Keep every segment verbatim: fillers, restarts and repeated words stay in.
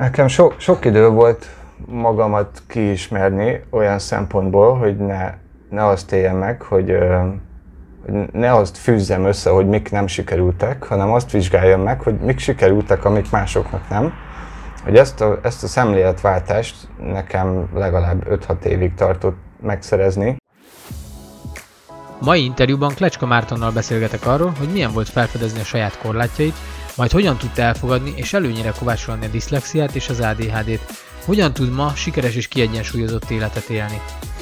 Nekem so, sok idő volt magamat kiismerni olyan szempontból, hogy ne, ne azt éljem meg, hogy, hogy ne azt fűzzem össze, hogy mik nem sikerültek, hanem azt vizsgáljam meg, hogy mik sikerültek, amik másoknak nem. Hogy ezt a, ezt a szemléletváltást nekem legalább öt-hat évig tartott megszerezni. Mai interjúban Klecska Mártonnal beszélgetek arról, hogy milyen volt felfedezni a saját korlátjait, majd hogyan tudta elfogadni és előnyire kovácsolni a diszlexiát és az á dé há dét, hogyan tud ma sikeres és kiegyensúlyozott életet élni.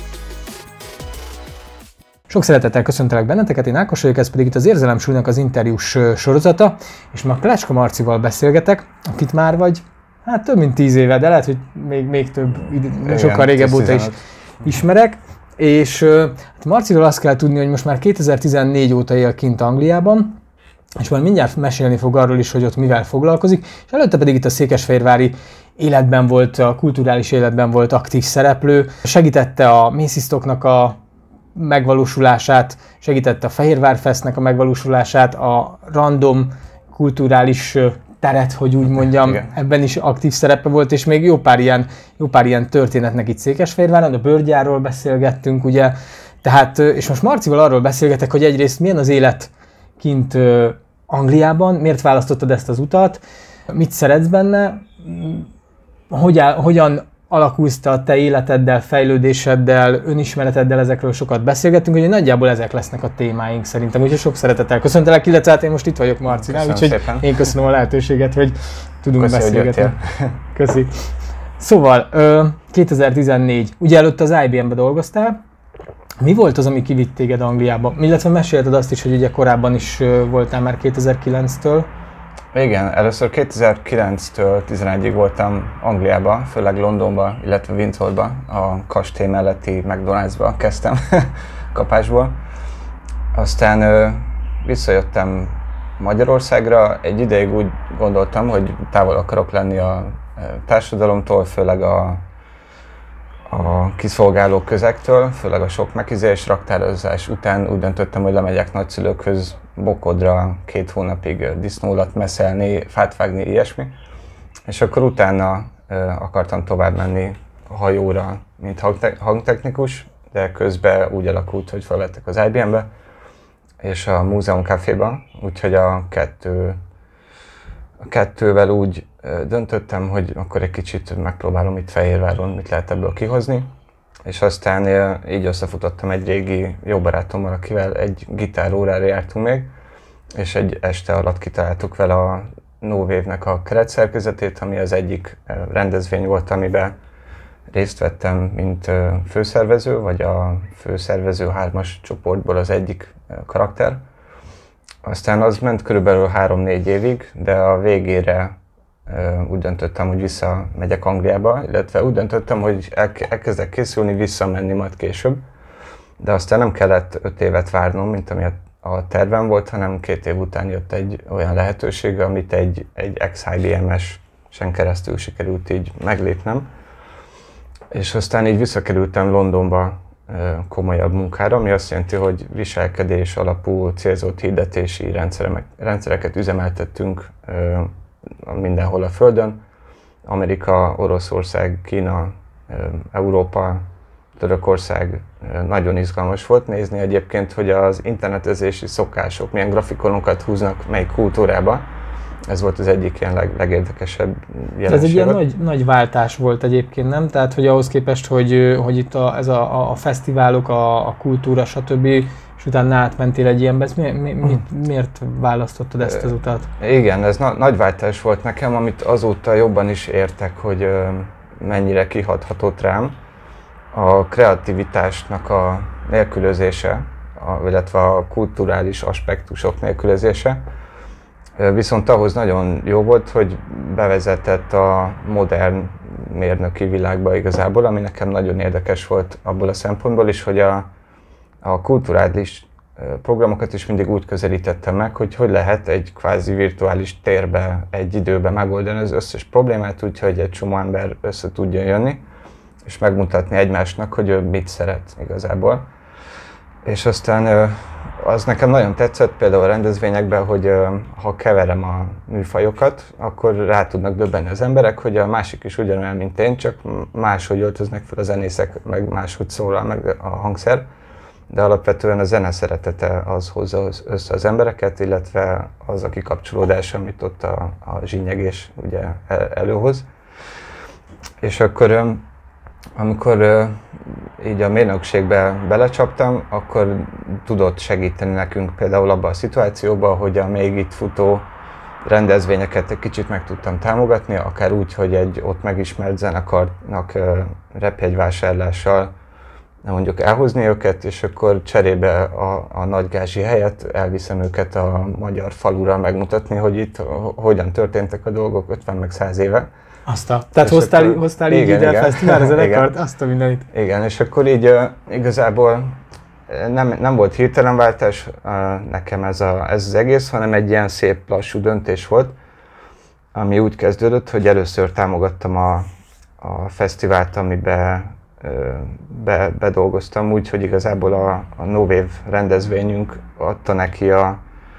Sok szeretettel köszöntelek benneteket, én Ákos vagyok, ez pedig itt az Érzelemsúlynak az interjús sorozata, és ma Klecska Marcival beszélgetek, akit már vagy, hát több mint tíz éve, de lehet, hogy még, még több, igen, sokkal régebb óta is ismerek. És hát Marciról azt kell tudni, hogy most már kétezer-tizennégy óta él kint Angliában, és majd mindjárt mesélni fog arról is, hogy ott mivel foglalkozik, és előtte pedig itt a székesfehérvári életben volt, a kulturális életben volt aktív szereplő, segítette a Mészisztoknak a megvalósulását, segítette a Fehérvárfestnek a megvalósulását, a random kulturális teret, hogy úgy mondjam, igen. Ebben is aktív szerepe volt, és még jó pár ilyen, jó pár ilyen történetnek itt Székesfehérváron, a Bőrgyárról beszélgettünk, ugye, tehát, és most Marcival arról beszélgetek, hogy egyrészt milyen az élet kint Angliában, miért választottad ezt az utat, mit szeretsz benne, hogyan, hogyan alakulsz te a te életeddel, fejlődéseddel, önismereteddel, ezekről sokat beszélgettünk, hogy nagyjából ezek lesznek a témáink szerintem, úgyhogy sok szeretettel köszöntelek, illetve hát én most itt vagyok Marcinál, úgyhogy szépen. Én köszönöm a lehetőséget, hogy tudunk Köszi, beszélgetni. Köszi. Szóval, kétezer-tizennégy, ugye előtt az i bé em-be dolgoztál, mi volt az, ami kivitt téged Angliába? Illetve mesélted azt is, hogy ugye korábban is voltál már kétezer-kilenctől. Igen, először kétezer-kilenctől tizenegyig voltam Angliában, főleg Londonban, illetve Windsorban, a kastély melletti McDonald'sba kezdtem kapásból. Aztán ö, visszajöttem Magyarországra, egy ideig úgy gondoltam, hogy távol akarok lenni a társadalomtól, főleg a, a kiszolgáló közektől, főleg a sok megizés, raktározás után úgy döntöttem, hogy lemegyek nagyszülőkhöz Bokodra két hónapig disznólat messzelni, fát vágni, ilyesmi. És akkor utána ö, akartam tovább menni a hajóra, mint hangte- hangtechnikus, de közben úgy alakult, hogy felvettek az i bé em-be és a Múzeum Caféba, úgyhogy a, kettő, a kettővel úgy ö, döntöttem, hogy akkor egy kicsit megpróbálom itt Fehérváron, mit lehet ebből kihozni. És aztán így összefutottam egy régi jó barátommal, akivel egy gitárórára jártunk még, és egy este alatt kitaláltuk vele a No Wave-nek a keretszerkezetét, ami az egyik rendezvény volt, amiben részt vettem, mint főszervező, vagy a főszervező hármas csoportból az egyik karakter. Aztán az ment körülbelül három-négy évig, de a végére úgy döntöttem, hogy visszamegyek Angliába, illetve úgy döntöttem, hogy elkezdek készülni, visszamenni majd később. De aztán nem kellett öt évet várnom, mint ami a tervem volt, hanem két év után jött egy olyan lehetőség, amit egy, egy ex-i bé em-esen keresztül sikerült így meglépnem. És aztán így visszakerültem Londonba komolyabb munkára, ami azt jelenti, hogy viselkedés alapú célzott hirdetési rendszereket üzemeltettünk mindenhol a Földön. Amerika, Oroszország, Kína, Európa, Törökország, nagyon izgalmas volt nézni egyébként, hogy az internetezési szokások milyen grafikonokat húznak melyik kultúrába. Ez volt az egyik ilyen leg, legérdekesebb jelenség. Ez egy ilyen nagy, nagy váltás volt egyébként, nem? Tehát, hogy ahhoz képest, hogy, hogy itt a, ez a, a fesztiválok, a, a kultúra, stb., és utána átmentél egy ilyenbe, mi, mi, mi, miért választottad ezt az utat? Igen, ez na, nagy váltás volt nekem, amit azóta jobban is értek, hogy ö, mennyire kihathatott rám. A kreativitásnak a nélkülözése, a, illetve a kulturális aspektusok nélkülözése. Viszont ahhoz nagyon jó volt, hogy bevezetett a modern mérnöki világba igazából, ami nekem nagyon érdekes volt abból a szempontból is, hogy a, a kulturális programokat is mindig úgy közelítettem meg, hogy hogy lehet egy kvázi virtuális térbe, egy időben megoldani az összes problémát, úgyhogy egy csomó ember össze tudjon jönni, és megmutatni egymásnak, hogy ő mit szeret igazából. És aztán az nekem nagyon tetszett például a rendezvényekben, hogy ha keverem a műfajokat, akkor rá tudnak döbbenni az emberek, hogy a másik is ugyanolyan, mint én, csak máshogy öltöznek fel a zenészek, meg máshogy szólal meg a hangszer. De alapvetően a zene szeretete az hozza össze az embereket, illetve az a kikapcsolódás, amit ott a, a zsínyegés ugye előhoz. És akkor amikor így a mérnökségbe belecsaptam, akkor tudott segíteni nekünk például abban a szituációban, hogy a még itt futó rendezvényeket egy kicsit meg tudtam támogatni, akár úgy, hogy egy ott megismert zenekarnak repjegyvásárlással mondjuk elhozni őket, és akkor cserébe a, a nagygázsi helyett elviszem őket a magyar falura megmutatni, hogy itt hogyan történtek a dolgok ötven meg száz éve. Azt a, tehát és hoztál, akkor, hoztál így ide a fesztiválra zenekart, azt a mindenit. Igen, és akkor így uh, igazából nem, nem volt hirtelenváltás uh, nekem ez, a, ez az egész, hanem egy ilyen szép lassú döntés volt, ami úgy kezdődött, hogy először támogattam a, a fesztivált, amiben Be, bedolgoztam úgy, hogy igazából a, a No Wave rendezvényünk adta neki a,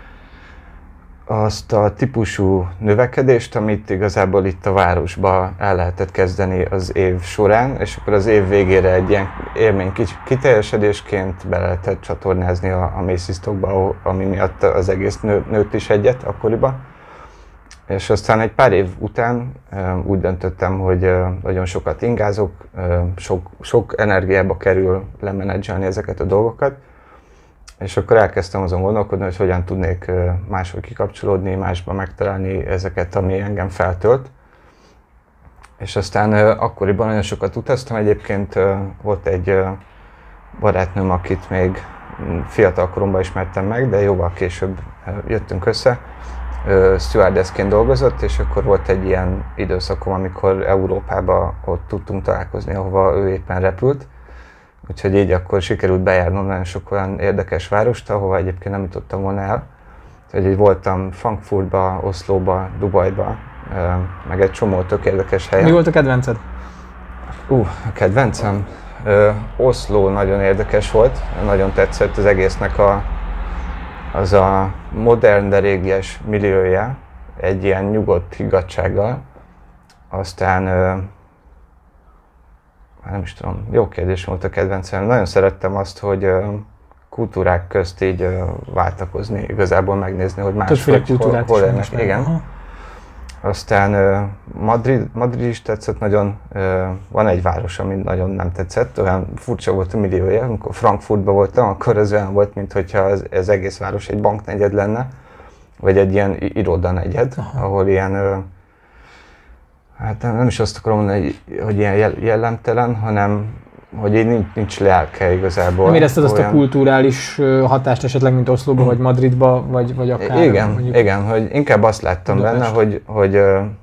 azt a típusú növekedést, amit igazából itt a városban el lehetett kezdeni az év során, és akkor az év végére egy ilyen élmény kiteljesedésként be lehetett csatornázni a, a Macy's-tokba, ami miatt az egész nő, nőtt is egyet akkoriban. És aztán egy pár év után úgy döntöttem, hogy nagyon sokat ingázok, sok, sok energiába kerül lemenedzselni ezeket a dolgokat, és akkor elkezdtem azon gondolkodni, hogy hogyan tudnék máshogy kikapcsolódni, másban megtalálni ezeket, ami engem feltölt. És aztán akkoriban nagyon sokat utaztam, egyébként volt egy barátnőm, akit még fiatal koromban ismertem meg, de jóval később jöttünk össze. Stewardessként dolgozott, és akkor volt egy ilyen időszakom, amikor Európába ott tudtunk találkozni, ahova ő éppen repült. Úgyhogy így akkor sikerült bejárnom nagyon sok olyan érdekes várost, ahova egyébként nem jutottam volna el. Úgyhogy így voltam Frankfurtba, Oszlóba, Dubajba, meg egy csomó tök érdekes helyen. Mi volt a kedvenced? Uh, a kedvencem? Oszló nagyon érdekes volt, nagyon tetszett az egésznek a az a modern, de régies milliója, egy ilyen nyugodt higgadtsággal. Aztán, ö, nem is tudom, jó kérdés volt a kedvencem. Nagyon szerettem azt, hogy ö, kultúrák közt így ö, váltakozni, igazából megnézni, hogy más hogy hol, hol élnek. Igen. Aha. Aztán ö, Madrid, Madrid is tetszett nagyon. Ö, van egy város, ami nagyon nem tetszett, olyan furcsa volt a milliója. Amikor Frankfurtban voltam, akkor az olyan volt, mintha az, az egész város egy banknegyed lenne, vagy egy ilyen irodanegyed, ahol ilyen, ö, hát nem, nem is azt akarom mondani, hogy, hogy ilyen jellemtelen, hanem hogy így nincs, nincs lelke igazából. Nem érezted azt olyan... a kulturális hatást esetleg, mint Oszlóba, vagy Madridba, vagy, vagy akár... Igen, mondjuk... igen, hogy inkább azt láttam benne, hogy, hogy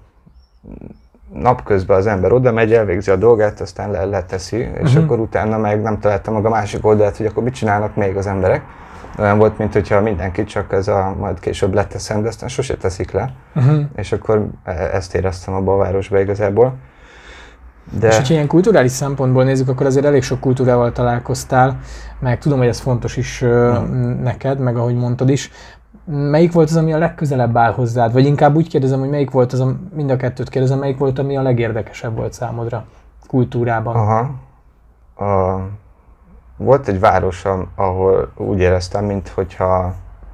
napközben az ember oda megy, elvégzi a dolgát, aztán le, leteszi, és uh-huh. akkor utána meg nem találtam meg a másik oldalt, hogy akkor mit csinálnak még az emberek. Olyan volt, mint hogyha mindenki csak ez a majd később leteszem, de aztán sose teszik le. Uh-huh. És akkor ezt éreztem abban a városban igazából. De... És hogyha ilyen kulturális szempontból nézzük, akkor azért elég sok kultúrával találkoztál, meg tudom, hogy ez fontos is hmm. neked, meg ahogy mondtad is. Melyik volt az, ami a legközelebb áll hozzád? Vagy inkább úgy kérdezem, hogy melyik volt az, a, mind a kettőt kérdezem, melyik volt, ami a legérdekesebb volt számodra kultúrában? Aha. A... Volt egy városom, ahol úgy éreztem, minthogyha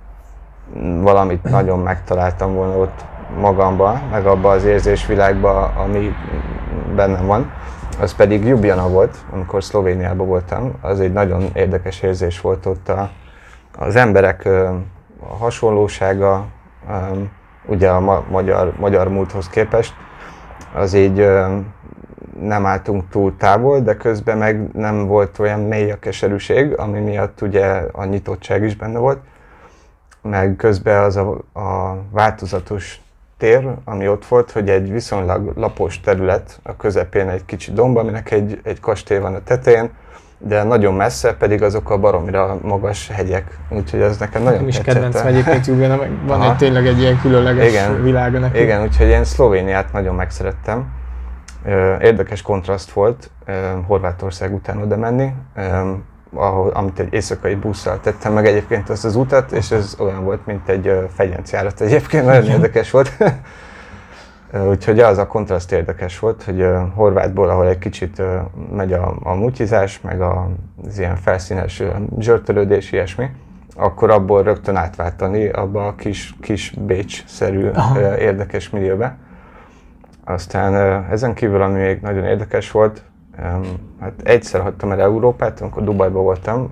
valamit nagyon megtaláltam volna ott magamban, meg abban az érzésvilágban, ami bennem van. Az pedig Ljubljana volt, amikor Szlovéniában voltam. Az egy nagyon érdekes érzés volt ott a, az emberek a hasonlósága, ugye a ma, magyar, magyar múlthoz képest. Az így nem álltunk túl távol, de közben meg nem volt olyan mély a keserűség, ami miatt ugye a nyitottság is benne volt. Meg közben az a, a változatos tér, ami ott volt, hogy egy viszonylag lapos terület, a közepén egy kicsi domb, aminek egy, egy kastély van a tetején, de nagyon messze pedig azok a baromira magas hegyek, úgyhogy ez nekem nagyon tetszett. Nem is kedvencem egyébként Ljubljana, van egy tényleg egy ilyen különleges igen, világa neki. Igen, úgyhogy én Szlovéniát nagyon megszerettem. Érdekes kontraszt volt Horvátország után oda menni. ahol, amit egy éjszakai busszal tettem meg egyébként azt az utat, és ez olyan volt, mint egy fegyencjárat egyébként, nagyon érdekes volt. Úgyhogy az a kontraszt érdekes volt, hogy Horvátból, ahol egy kicsit megy a, a mutyizás, meg az ilyen felszínes zsörtölődés, ilyesmi, akkor abból rögtön átváltani abba a kis, kis Bécs-szerű Aha. érdekes millióbe. Aztán ezen kívül, ami még nagyon érdekes volt, hát egyszer hagytam el Európát, amikor Dubajban voltam.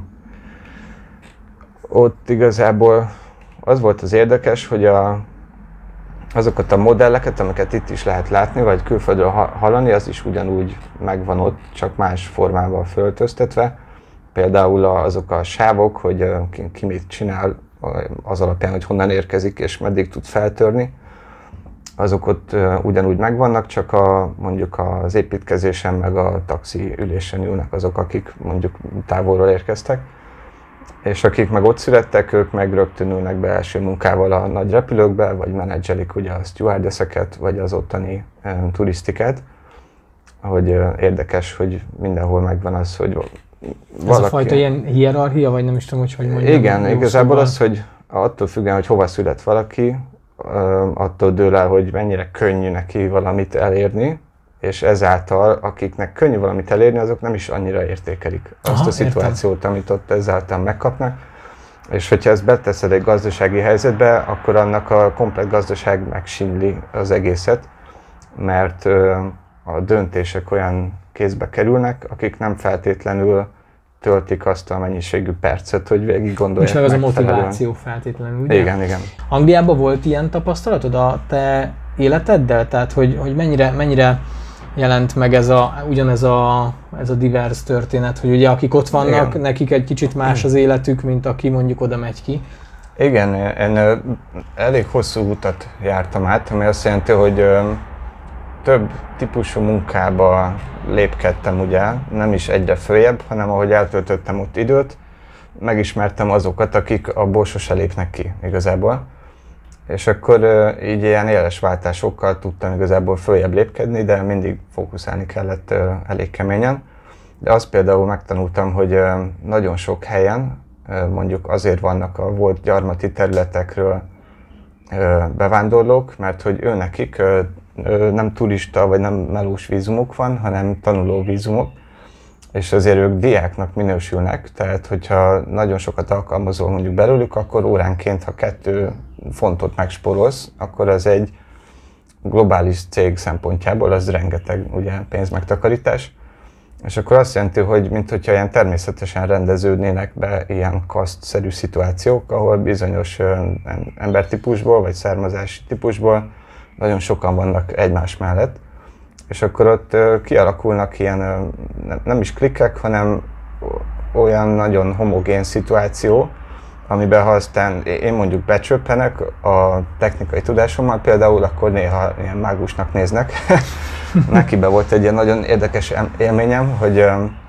Ott igazából az volt az érdekes, hogy a, azokat a modelleket, amiket itt is lehet látni, vagy külföldről hallani, az is ugyanúgy megvan ott, csak más formával föltöztetve. Például azok a sávok, hogy ki, ki mit csinál, az alapján, hogy honnan érkezik és meddig tud feltörni. Azok ott ugyanúgy megvannak, csak a, mondjuk az építkezésen meg a taxi ülésen ülnek azok, akik mondjuk távolról érkeztek. És akik meg ott születtek, ők meg rögtön ülnek be első munkával a nagy repülőkbe, vagy menedzselik ugye a stewardesseket, vagy az ottani e, turisztikát. Hogy e, érdekes, hogy mindenhol megvan az, hogy valaki... Ez a fajta ilyen hierarchia, vagy nem is tudom, hogy hogy mondjam. Igen, igazából szóval... az, hogy attól függően, hogy hova szület valaki, attól dől el, hogy mennyire könnyű neki valamit elérni, és ezáltal, akiknek könnyű valamit elérni, azok nem is annyira értékelik azt Aha, a szituációt, értem. amit ott ezáltal megkapnak. És hogyha ezt beteszed egy gazdasági helyzetbe, akkor annak a komplett gazdaság megsínli az egészet, mert a döntések olyan kézbe kerülnek, akik nem feltétlenül töltik azt a mennyiségű percet, hogy végig gondolják. És meg az a motiváció feltétlenül, ugye? Igen, igen. Angliában volt ilyen tapasztalatod a te életeddel? Tehát, hogy, hogy mennyire, mennyire jelent meg ez a, ugyanez a, ez a divers történet, hogy ugye akik ott vannak, igen. nekik egy kicsit más az életük, mint aki mondjuk oda megy ki? Igen, én elég hosszú utat jártam át, ami azt jelenti, hogy több típusú munkába lépkedtem, ugye, nem is egyre följebb, hanem ahogy eltöltöttem ott időt, megismertem azokat, akik abból sose lépnek ki igazából. És akkor így ilyen éles váltásokkal tudtam igazából följebb lépkedni, de mindig fókuszálni kellett elég keményen. De azt például megtanultam, hogy nagyon sok helyen, mondjuk azért vannak a volt gyarmati területekről bevándorlók, mert hogy őnekik nem turista vagy nem melós vízumuk van, hanem tanuló vízumok, és azért ők diáknak minősülnek, tehát hogyha nagyon sokat alkalmazol mondjuk belőlük, akkor óránként, ha kettő fontot megspórolsz, akkor az egy globális cég szempontjából az rengeteg ugye, pénzmegtakarítás. És akkor azt jelenti, hogy minthogyha ilyen természetesen rendeződnének be ilyen kaszt-szerű szituációk, ahol bizonyos embertípusból vagy származási típusból nagyon sokan vannak egymás mellett. És akkor ott kialakulnak ilyen nem is klikkek, hanem olyan nagyon homogén szituáció, amiben ha aztán én mondjuk becsöppenek a technikai tudásommal például, akkor néha ilyen mágusnak néznek. Nekibe volt egy ilyen nagyon érdekes élményem, hogy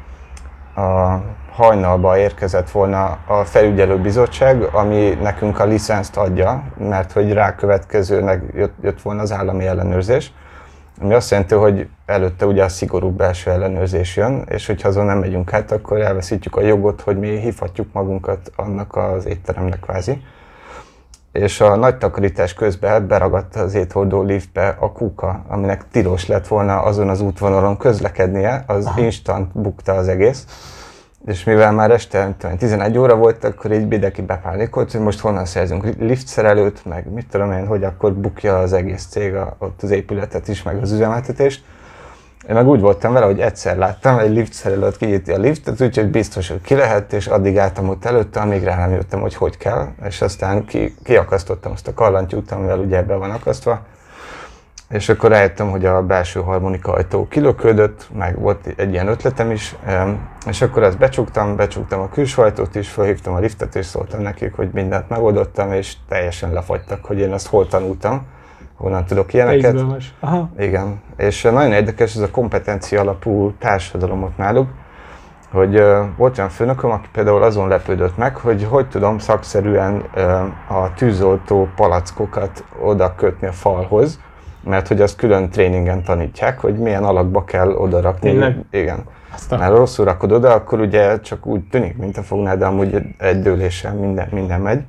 a hajnalba érkezett volna a felügyelőbizottság, ami nekünk a licenszt adja, mert hogy rákövetkezőnek jött, jött volna az állami ellenőrzés. Ami azt jelenti, hogy előtte ugye a szigorú belső ellenőrzés jön, és hogyha azon nem megyünk át, akkor elveszítjük a jogot, hogy mi hívhatjuk magunkat annak az étteremnek kvázi. És a nagy takarítás közben beragadt az éthordó liftbe a kuka, aminek tilos lett volna azon az útvonalon közlekednie, az Aha. instant bukta az egész. És mivel már este tizenegy óra volt, akkor így mindenki bepánikolt, hogy most honnan szerzünk liftszerelőt, meg mit tudom én, hogy akkor bukja az egész cég a, ott az épületet is, meg az üzemeltetést. Én meg úgy voltam vele, hogy egyszer láttam, egy liftszerelőt kinyitni a liftet, úgyhogy biztos, hogy ki lehet, és addig álltam ott előtte, amíg rá nem jöttem, hogy hogy kell, és aztán ki, kiakasztottam azt a karlantyút, amivel ugye be van akasztva. És akkor rájöttem, hogy a belső harmonika ajtó kilökődött, meg volt egy ilyen ötletem is, és akkor azt becsuktam, becsuktam a külső ajtót is, felhívtam a liftet, és szóltam nekik, hogy mindent megoldottam, és teljesen lefagytak, hogy én azt hol tanultam, honnan tudok ilyeneket. Aha. Igen, és nagyon érdekes ez a kompetencia alapú társadalom ott náluk, hogy volt olyan főnököm, aki például azon lepődött meg, hogy hogy tudom szakszerűen a tűzoltó palackokat oda kötni a falhoz, mert hogy azt külön tréningen tanítják, hogy milyen alakba kell oda rakni. Tényleg? Igen. Aztán. Mert rosszul rakod oda, akkor ugye csak úgy tűnik, mint a fognád, de amúgy egy dőléssel minden, minden megy.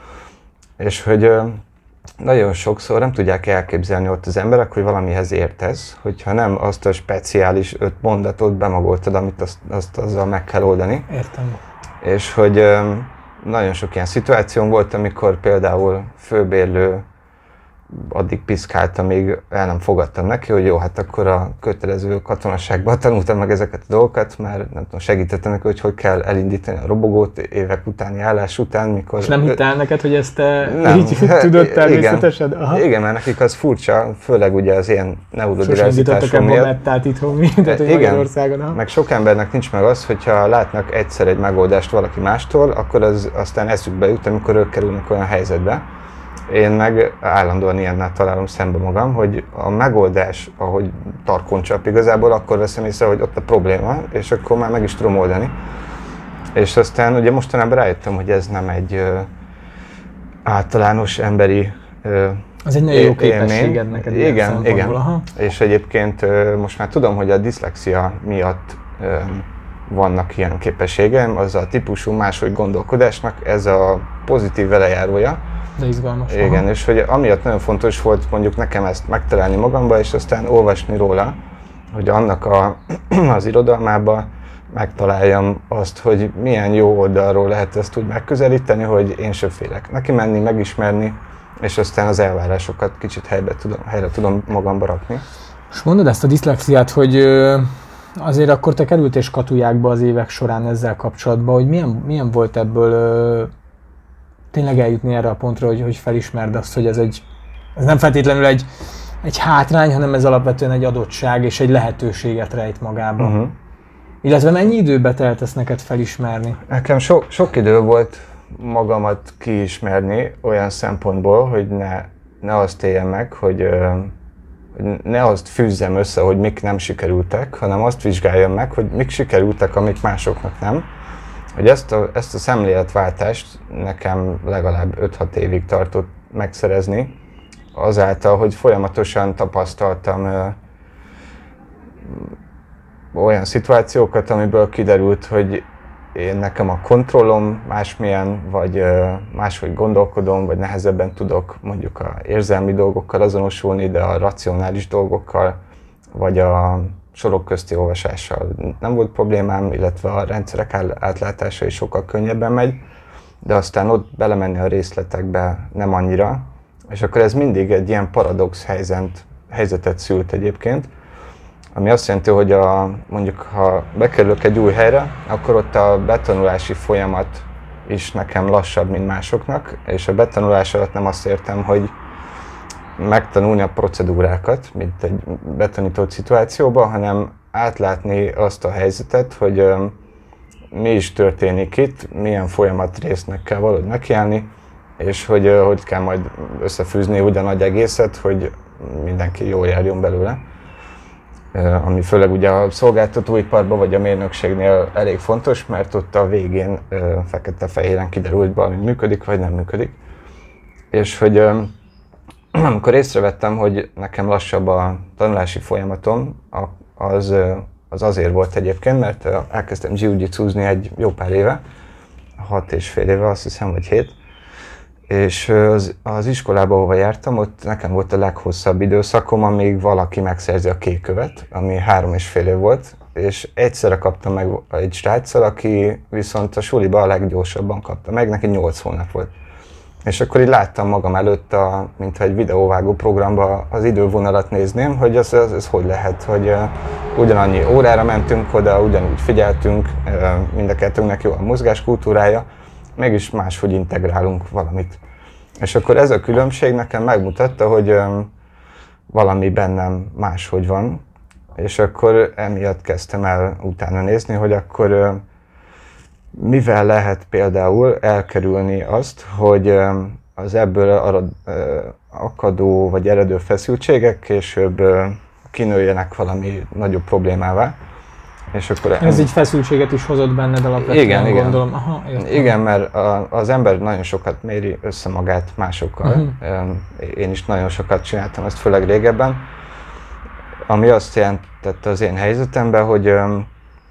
És hogy nagyon sokszor nem tudják elképzelni ott az emberek, hogy valamihez értesz, hogyha nem azt a speciális öt mondatot bemagoltad, amit azt, azt azzal meg kell oldani. Értem. És hogy nagyon sok ilyen szituáció volt, amikor például főbérlő addig piszkálta, még el nem fogadtam neki, hogy jó, hát akkor a kötelező katonasságban tanultam meg ezeket a dolgokat, már nem tudom, segítettem neki, hogy hogy kell elindítani a robogót évek utáni állás után, mikor... És nem hittál neked, hogy ezt te nem. így tudod természetesen? Igen, igen, mert nekik az furcsa, főleg ugye az ilyen neurodiverzitásom miatt. Sosem indítottak ebben mettát itthon, mint hogy Magyarországon. Ha? Meg sok embernek nincs meg az, hogyha látnak egyszer egy megoldást valaki mástól, akkor az aztán eszükbe jut, amikor ők kerülnek olyan helyzetbe. Én meg állandóan ilyennel találom szembe magam, hogy a megoldás, ahogy tarkon csap igazából, akkor veszem észre, hogy ott a probléma, és akkor már meg is tudom oldani. És aztán ugye mostanában rájöttem, hogy ez nem egy ö, általános emberi ö, az egy nagyon jó képességed neked. Igen, igen. Aha. És egyébként ö, most már tudom, hogy a diszlexia miatt ö, vannak ilyen képességeim, az a típusú máshogy gondolkodásnak, ez a pozitív velejárója. De izgalmas. Igen, aha. és hogy amiatt nagyon fontos volt mondjuk nekem ezt megtalálni magamba, és aztán olvasni róla, hogy annak a, az irodalmába megtaláljam azt, hogy milyen jó oldalról lehet ezt úgy megközelíteni, hogy én sem félek neki menni, megismerni, és aztán az elvárásokat kicsit helybe tudom, helyre tudom magamba rakni. És mondod ezt a diszlexiát, hogy azért akkor te kerültél skatujákba az évek során ezzel kapcsolatban, hogy milyen, milyen volt ebből tényleg eljutni erre a pontra, hogy, hogy felismerd azt, hogy ez egy, ez nem feltétlenül egy, egy hátrány, hanem ez alapvetően egy adottság és egy lehetőséget rejt magába. Uh-huh. Illetve mennyi időbe telt ezt neked felismerni? Nekem so, sok idő volt magamat kiismerni olyan szempontból, hogy ne, ne azt éljem meg, hogy, hogy ne azt fűzzem össze, hogy mik nem sikerültek, hanem azt vizsgáljam meg, hogy mik sikerültek, amik másoknak nem. Hogy ezt a, ezt a szemléletváltást nekem legalább öt-hat évig tartott megszerezni, azáltal, hogy folyamatosan tapasztaltam ö, olyan szituációkat, amiből kiderült, hogy én nekem a kontrollom másmilyen, vagy ö, máshogy gondolkodom, vagy nehezebben tudok mondjuk a érzelmi dolgokkal azonosulni, de a racionális dolgokkal, vagy a sorok közti olvasással nem volt problémám, illetve a rendszerek átlátása is sokkal könnyebben megy, de aztán ott belemenni a részletekbe nem annyira, és akkor ez mindig egy ilyen paradox helyzet, helyzetet szült egyébként, ami azt jelenti, hogy a, mondjuk ha bekerülök egy új helyre, akkor ott a betanulási folyamat is nekem lassabb, mint másoknak, és a betanulás alatt nem azt értem, hogy megtanulni a procedúrákat, mint egy betanított szituációban, hanem átlátni azt a helyzetet, hogy uh, mi is történik itt, milyen folyamat résznek kell valahogy nekiállni, és hogy uh, hogy kell majd összefűzni úgy a nagy egészet, hogy mindenki jól járjon belőle. Uh, ami főleg ugye a szolgáltatóiparban vagy a mérnökségnél elég fontos, mert ott a végén uh, fekete-fehéren kiderül, hogy valami működik vagy nem működik. És hogy uh, amikor észrevettem, hogy nekem lassabb a tanulási folyamatom, az, az azért volt egyébként, mert elkezdtem jiu-jitsuzni egy jó pár éve, hat és fél éve, azt hiszem, vagy hét. És az, az iskolában, ahova jártam, ott nekem volt a leghosszabb időszakom, amíg valaki megszerzi a kék követ, ami három és fél év volt, és egyszerre kaptam meg egy sráccal, aki viszont a suliba a leggyorsabban kapta meg, neki nyolc hónap volt. És akkor így láttam magam előtt, a, mintha egy videóvágó programba az idővonalat nézném, hogy ez, ez, ez hogy lehet, hogy uh, ugyanannyi órára mentünk oda, ugyanúgy figyeltünk, uh, mind a kettőnknek jó a mozgáskultúrája, mégis máshogy integrálunk valamit. És akkor ez a különbség nekem megmutatta, hogy um, valami bennem máshogy van, és akkor emiatt kezdtem el utána nézni, hogy akkor uh, mivel lehet például elkerülni azt, hogy az ebből akadó vagy eredő feszültségek később kinőjenek valami nagyobb problémává. És akkor ez így feszültséget is hozott benned alapvetően, igen, igen. gondolom. Aha, igen, mert a, az ember nagyon sokat méri össze magát másokkal. Uh-huh. Én is nagyon sokat csináltam ezt, főleg régebben. Ami azt jelentette az én helyzetemben, hogy um,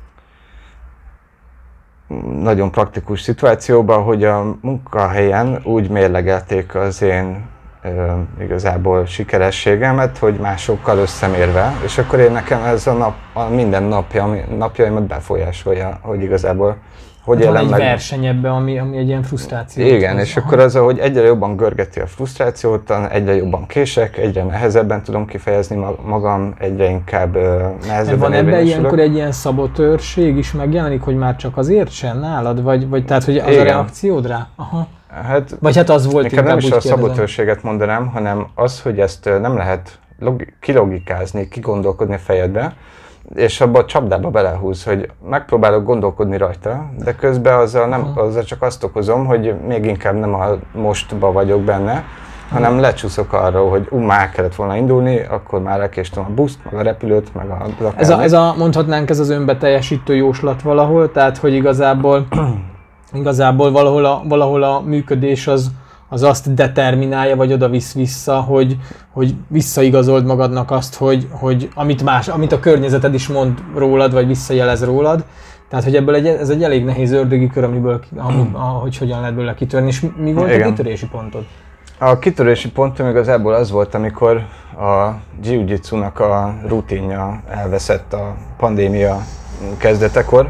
nagyon praktikus szituációban, hogy a munkahelyen úgy mérlegelték az én um, igazából sikerességemet, hogy másokkal összemérve, és akkor én nekem ez a, nap, a minden napja, napjaimat befolyásolja, hogy igazából hogy hát élem van egy meg. verseny ebbe, ami, ami egy ilyen frusztráció. Igen, és aha. akkor az, hogy egyre jobban görgeti a frusztrációt, egyre jobban kések, egyre nehezebben tudom kifejezni magam, egyre inkább nehezebben van ebben ilyenkor egy ilyen szabotőrség is megjelenik, hogy már csak azért sem nálad, vagy, vagy tehát, hogy az igen. a reakciód rá? Aha. Hát, vagy hát az volt inkább nem is a szabotőrséget mondanám, hanem az, hogy ezt nem lehet logi- kilogikázni, kigondolkodni a fejedbe, és abba a csapdába belehúz, hogy megpróbálok gondolkodni rajta, de közben azzal, nem, azzal csak azt okozom, hogy még inkább nem a mostba vagyok benne, hanem lecsúszok arról, hogy ú, már kellett volna indulni, akkor már lekéstem a buszt, meg a repülőt, meg a lakást. Ez a, ez a, mondhatnánk, ez az önbeteljesítő jóslat valahol, tehát hogy igazából, igazából valahol, a, valahol a működés az, az azt determinálja, vagy oda visz vissza, hogy, hogy visszaigazold magadnak azt, hogy, hogy amit, más, amit a környezeted is mond rólad, vagy visszajelez rólad. Tehát, hogy ebből egy, ez egy elég nehéz ördögi kör, amiből, ami, hogy hogyan lehet belőle kitörni. És mi volt igen. a kitörési pontod? A kitörési pontom igazából az volt, amikor a jiu-jitsunak a rutinja elveszett a pandémia kezdetekor.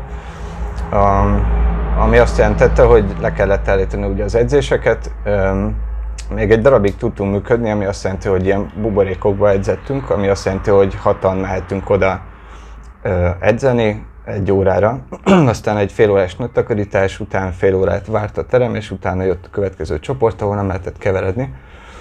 Um, ami azt jelentette, hogy le kellett állítani ugye az edzéseket. Um, még egy darabig tudtunk működni, ami azt jelenti, hogy ilyen buborékokba edzettünk, ami azt jelenti, hogy hatan mehetünk oda uh, edzeni egy órára. Aztán egy fél órás nagytakarítás után fél órát várt a terem, és utána jött a következő csoport, ahol nem lehetett keveredni.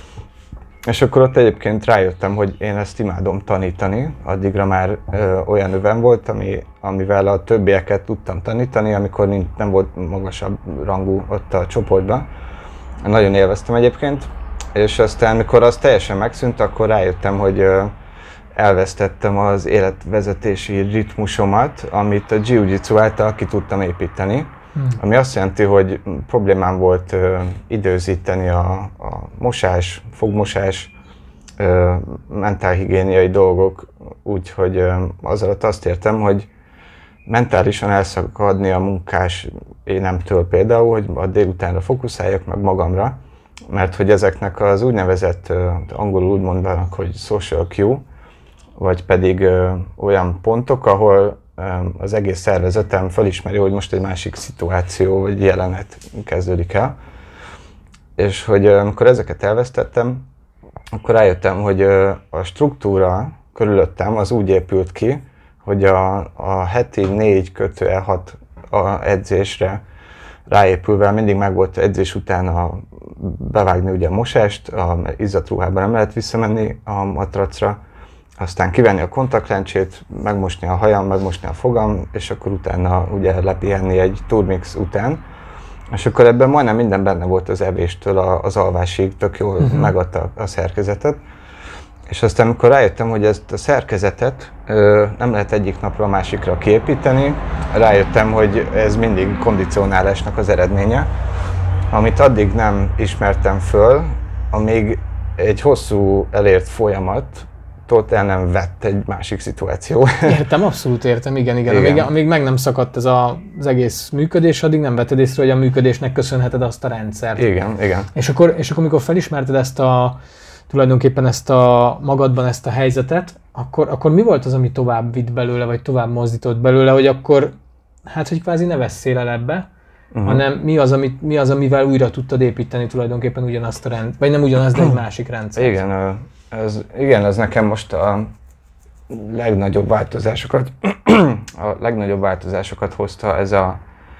És akkor ott egyébként rájöttem, hogy én ezt imádom tanítani. Addigra már ö, olyan övem volt, ami, amivel a többieket tudtam tanítani, amikor nem volt magasabb rangú ott a csoportban. Nagyon élveztem egyébként. És aztán, mikor az teljesen megszűnt, akkor rájöttem, hogy ö, elvesztettem az életvezetési ritmusomat, amit a jiu-jitsu által ki tudtam építeni. Hmm. Ami azt jelenti, hogy problémám volt ö, időzíteni a, a mosás, fogmosás, ö, mentálhigiéniai dolgok, úgyhogy ö, az alatt azt értem, hogy mentálisan elszakadni a munkás énemtől például, hogy a délutánra fókuszáljak meg magamra, mert hogy ezeknek az úgynevezett, ö, angolul úgy mondanak, hogy social cue, vagy pedig ö, olyan pontok, ahol az egész szervezetem felismeri, hogy most egy másik szituáció vagy jelenet kezdődik el. És hogy amikor ezeket elvesztettem, akkor rájöttem, hogy a struktúra körülöttem az úgy épült ki, hogy a, a heti négy kötőe hat a edzésre ráépülve mindig megvolt edzés után a bevágni ugye a mosást, a izzadruhában nem lehet visszamenni a matracra, aztán kivenni a kontaktlencsét, megmosni a hajam, megmosni a fogam, és akkor utána ugye lepihenni egy turmix után. És akkor ebben majdnem minden benne volt az evéstől az alvásig, tök jól uh-huh. megadta a szerkezetet. És aztán amikor rájöttem, hogy ezt a szerkezetet ö, nem lehet egyik napra a másikra kiépíteni, rájöttem, hogy ez mindig kondicionálásnak az eredménye, amit addig nem ismertem föl, amíg egy hosszú elért folyamat, ott el nem vett egy másik szituáció. Értem, abszolút értem, igen, igen. igen. Amíg, amíg meg nem szakadt ez a, az egész működés, addig nem vetted észre, hogy a működésnek köszönheted azt a rendszert. Igen, igen. És akkor, és akkor, amikor felismerted ezt a, tulajdonképpen ezt a magadban ezt a helyzetet, akkor, akkor mi volt az, ami tovább vitt belőle, vagy tovább mozdított belőle, hogy akkor, hát, hogy kvázi ne vesszél el ebbe, uh-huh. hanem mi az, amit, mi az, amivel újra tudtad építeni tulajdonképpen ugyanazt a rend, vagy nem ugyanaz, de egy másik rendszer. Igen, Ez, igen, ez nekem most a legnagyobb változásokat, a legnagyobb változásokat hozta ez a,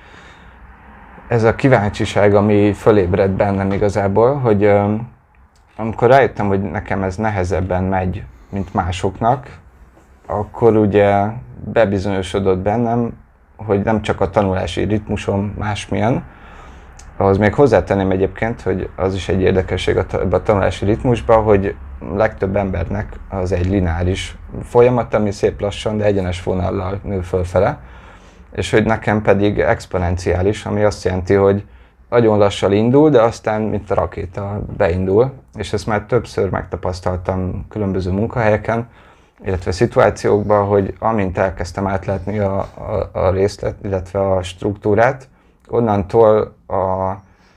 ez a kíváncsiság, ami fölébredt bennem igazából, hogy um, amikor rájöttem, hogy nekem ez nehezebben megy, mint másoknak, akkor ugye bebizonyosodott bennem, hogy nem csak a tanulási ritmusom másmilyen, ahhoz még hozzátenném egyébként, hogy az is egy érdekesség a, a tanulási ritmusban, hogy legtöbb embernek az egy lineáris folyamat, ami szép lassan, de egyenes vonallal nő fölfele, és hogy nekem pedig exponenciális, ami azt jelenti, hogy nagyon lassan indul, de aztán, mint a rakéta, beindul, és ezt már többször megtapasztaltam különböző munkahelyeken, illetve szituációkban, hogy amint elkezdtem átlátni a, a, a részlet, illetve a struktúrát, onnantól a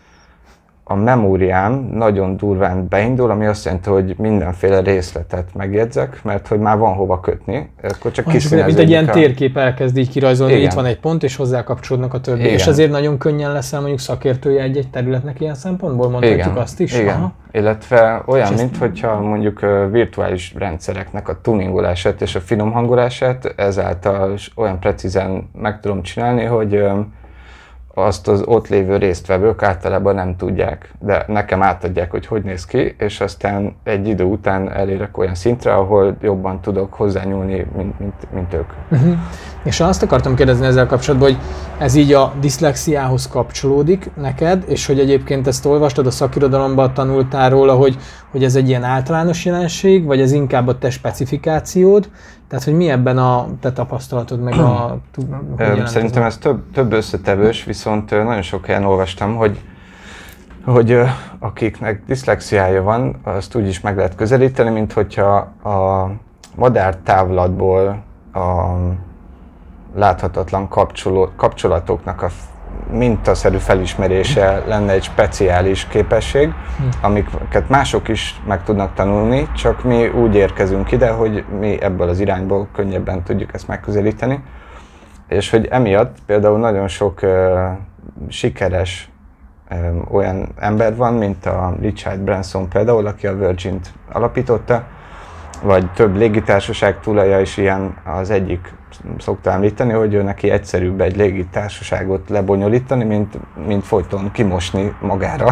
a memóriám nagyon durván beindul, ami azt jelenti, hogy mindenféle részletet megjegyzek, mert hogy már van hova kötni, akkor csak kiszíneződik. Mint egy ilyen a... térkép elkezd így kirajzolni, igen. Itt van egy pont, és hozzá kapcsolódnak a többi. Igen. És ezért nagyon könnyen leszel mondjuk szakértője egy-egy területnek ilyen szempontból, mondhatjuk igen. azt is? Igen, aha. Illetve olyan, és mint hogyha mondjuk virtuális rendszereknek a tuningolását és a finom hangolását ezáltal olyan precízen meg tudom csinálni, hogy azt az ott lévő résztvevők általában nem tudják, de nekem átadják, hogy hogy néz ki, és aztán egy idő után elérek olyan szintre, ahol jobban tudok hozzányúlni, mint, mint, mint ők. Uh-huh. És azt akartam kérdezni ezzel kapcsolatban, hogy ez így a diszlexiához kapcsolódik neked, és hogy egyébként ezt olvastad a szakirodalomban, tanultál róla, hogy, hogy ez egy ilyen általános jelenség, vagy ez inkább a te specifikációd, tehát, hogy mi ebben a te tapasztalatod, meg a... Szerintem ez több, több összetevős, viszont nagyon sok helyen olvastam, hogy, hogy akiknek diszlexiája van, azt úgy is meg lehet közelíteni, mint hogyha a madár távlatból a láthatatlan kapcsoló, kapcsolatoknak a mintaszerű felismerése lenne egy speciális képesség, amiket mások is meg tudnak tanulni, csak mi úgy érkezünk ide, hogy mi ebből az irányból könnyebben tudjuk ezt megközelíteni. És hogy emiatt például nagyon sok uh, sikeres um, olyan ember van, mint a Richard Branson például, aki a Virgin-t alapította, vagy több légitársaság tulaja is ilyen. Az egyik szokta említeni, hogy ő neki egyszerűbb egy légitársaságot lebonyolítani, mint, mint folyton kimosni magára.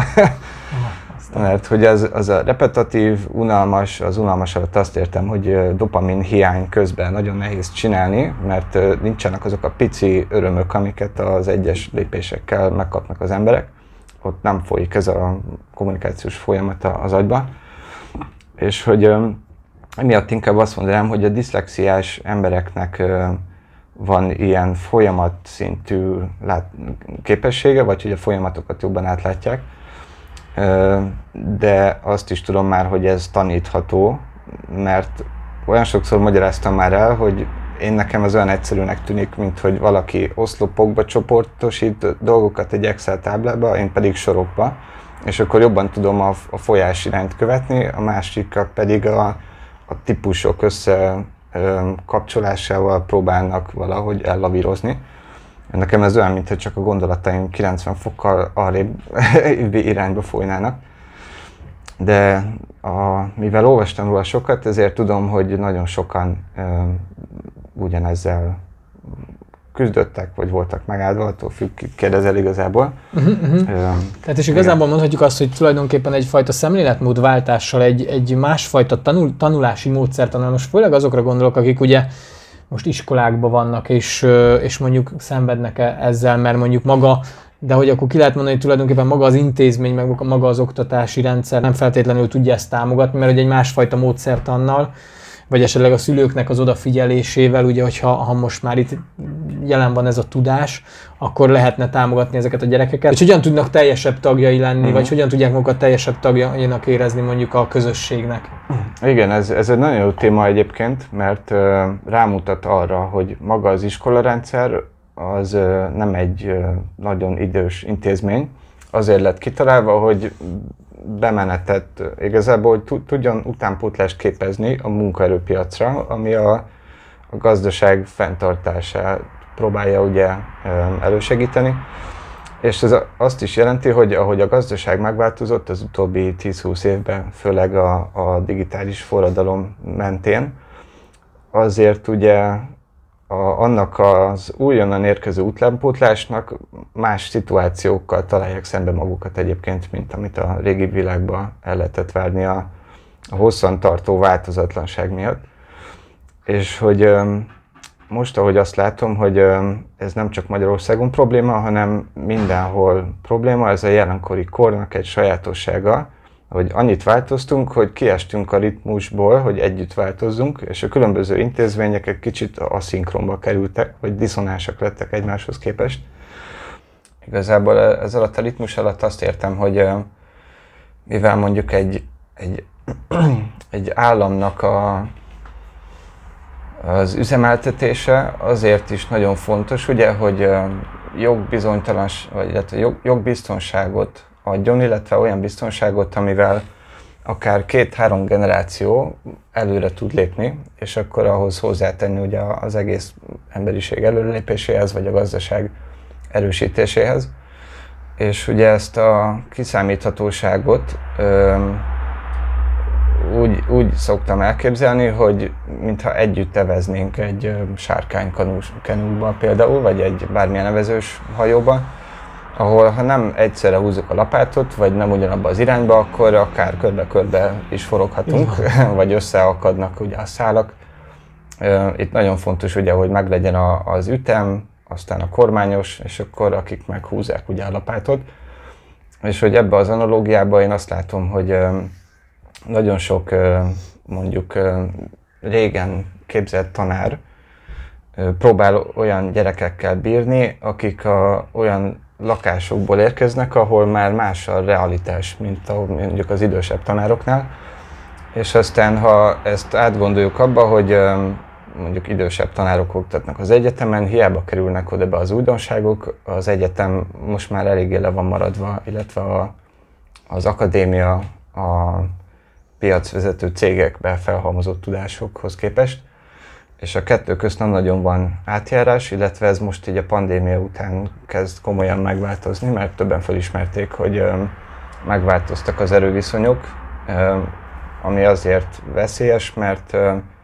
Mert hogy az, az a repetitív, unalmas, az unalmas alatt azt értem, hogy dopamin hiány közben nagyon nehéz csinálni, mert nincsenek azok a pici örömök, amiket az egyes lépésekkel megkapnak az emberek. Ott nem folyik ez a kommunikációs folyamat az agyba. És hogy emiatt inkább azt mondanám, hogy a diszlexiás embereknek van ilyen folyamatszintű képessége, vagy hogy a folyamatokat jobban átlátják. De azt is tudom már, hogy ez tanítható, mert olyan sokszor magyaráztam már el, hogy én nekem az olyan egyszerűnek tűnik, mint hogy valaki oszlopokba csoportosít dolgokat egy Excel táblába, én pedig sorokba, és akkor jobban tudom a, a folyás irányt követni, a másikat pedig a, a típusok összekapcsolásával próbálnak valahogy ellavírozni. Nekem ez olyan, mintha csak a gondolataim kilencven fokkal arrébb irányba folynának. De a, mivel olvastam róla sokat, ezért tudom, hogy nagyon sokan ö, ugyanezzel küzdöttek, vagy voltak megáldva, attól függ, kérdezel igazából. Uh-huh, uh-huh. Ö, Tehát és igazából igen. mondhatjuk azt, hogy tulajdonképpen egyfajta szemléletmódváltással egy, egy másfajta tanul, tanulási módszertanul, most főleg azokra gondolok, akik ugye most iskolákban vannak, és, és mondjuk szenvednek ezzel, mert mondjuk maga, de hogy akkor ki lehet mondani, hogy tulajdonképpen maga az intézmény, meg maga az oktatási rendszer nem feltétlenül tudja ezt támogatni, mert hogy egy másfajta módszertannal, vagy esetleg a szülőknek az odafigyelésével, ugye, hogyha ha most már itt jelen van ez a tudás, akkor lehetne támogatni ezeket a gyerekeket. És hogyan tudnak teljesebb tagjai lenni, uh-huh. vagy hogyan tudják magukat teljesebb tagjainak érezni mondjuk a közösségnek? Igen, ez, ez egy nagyon jó téma egyébként, mert uh, rámutat arra, hogy maga az iskolarendszer az uh, nem egy uh, nagyon idős intézmény. Azért lett kitalálva, hogy bemenetet igazából, hogy tudjon utánpótlást képezni a munkaerőpiacra, ami a, a gazdaság fenntartását próbálja ugye elősegíteni. És ez azt is jelenti, hogy ahogy a gazdaság megváltozott az utóbbi tíz-húsz évben, főleg a, a digitális forradalom mentén, azért ugye a, annak az újonnan érkező utánpótlásnak más szituációkkal találják szembe magukat egyébként, mint amit a régi világban el lehetett várni a, a hosszantartó változatlanság miatt. És hogy most, ahogy azt látom, hogy ez nem csak Magyarországon probléma, hanem mindenhol probléma, ez a jelenkori kornak egy sajátossága, hogy annyit változtunk, hogy kiestünk a ritmusból, hogy együtt változzunk, és a különböző intézmények egy kicsit aszinkronba kerültek, vagy diszonánsak lettek egymáshoz képest. Igazából ez alatt a ritmus alatt azt értem, hogy mivel mondjuk egy, egy, egy államnak a, az üzemeltetése azért is nagyon fontos, ugye, hogy jogbizonytalans, vagy illetve jog, jogbiztonságot adjon, illetve olyan biztonságot, amivel akár két-három generáció előre tud lépni, és akkor ahhoz hozzátenni ugye az egész emberiség előrelépéséhez, vagy a gazdaság erősítéséhez. És ugye ezt a kiszámíthatóságot ö, úgy, úgy szoktam elképzelni, hogy mintha együtt eveznénk egy sárkánykenúba például, vagy egy bármilyen evezős hajóba, ahol ha nem egyszerre húzzuk a lapátot, vagy nem ugyanabba az irányba, akkor akár körbe-körbe is foroghatunk, vagy összeakadnak ugye a szálak. Itt nagyon fontos ugye, hogy meglegyen az ütem, aztán a kormányos, és akkor akik meghúzzák ugye a lapátot. És hogy ebbe az analógiában én azt látom, hogy nagyon sok mondjuk régen képzett tanár próbál olyan gyerekekkel bírni, akik a, olyan lakásokból érkeznek, ahol már más a realitás, mint a, mondjuk az idősebb tanároknál. És aztán, ha ezt átgondoljuk abba, hogy mondjuk idősebb tanárok oktatnak az egyetemen, hiába kerülnek oda be az újdonságok, az egyetem most már eléggé le van maradva, illetve a, az akadémia a piacvezető cégekbe felhalmozott tudásokhoz képest. És a kettő közt nem nagyon van átjárás, illetve ez most így a pandémia után kezd komolyan megváltozni, mert többen felismerték, hogy megváltoztak az erőviszonyok, ami azért veszélyes, mert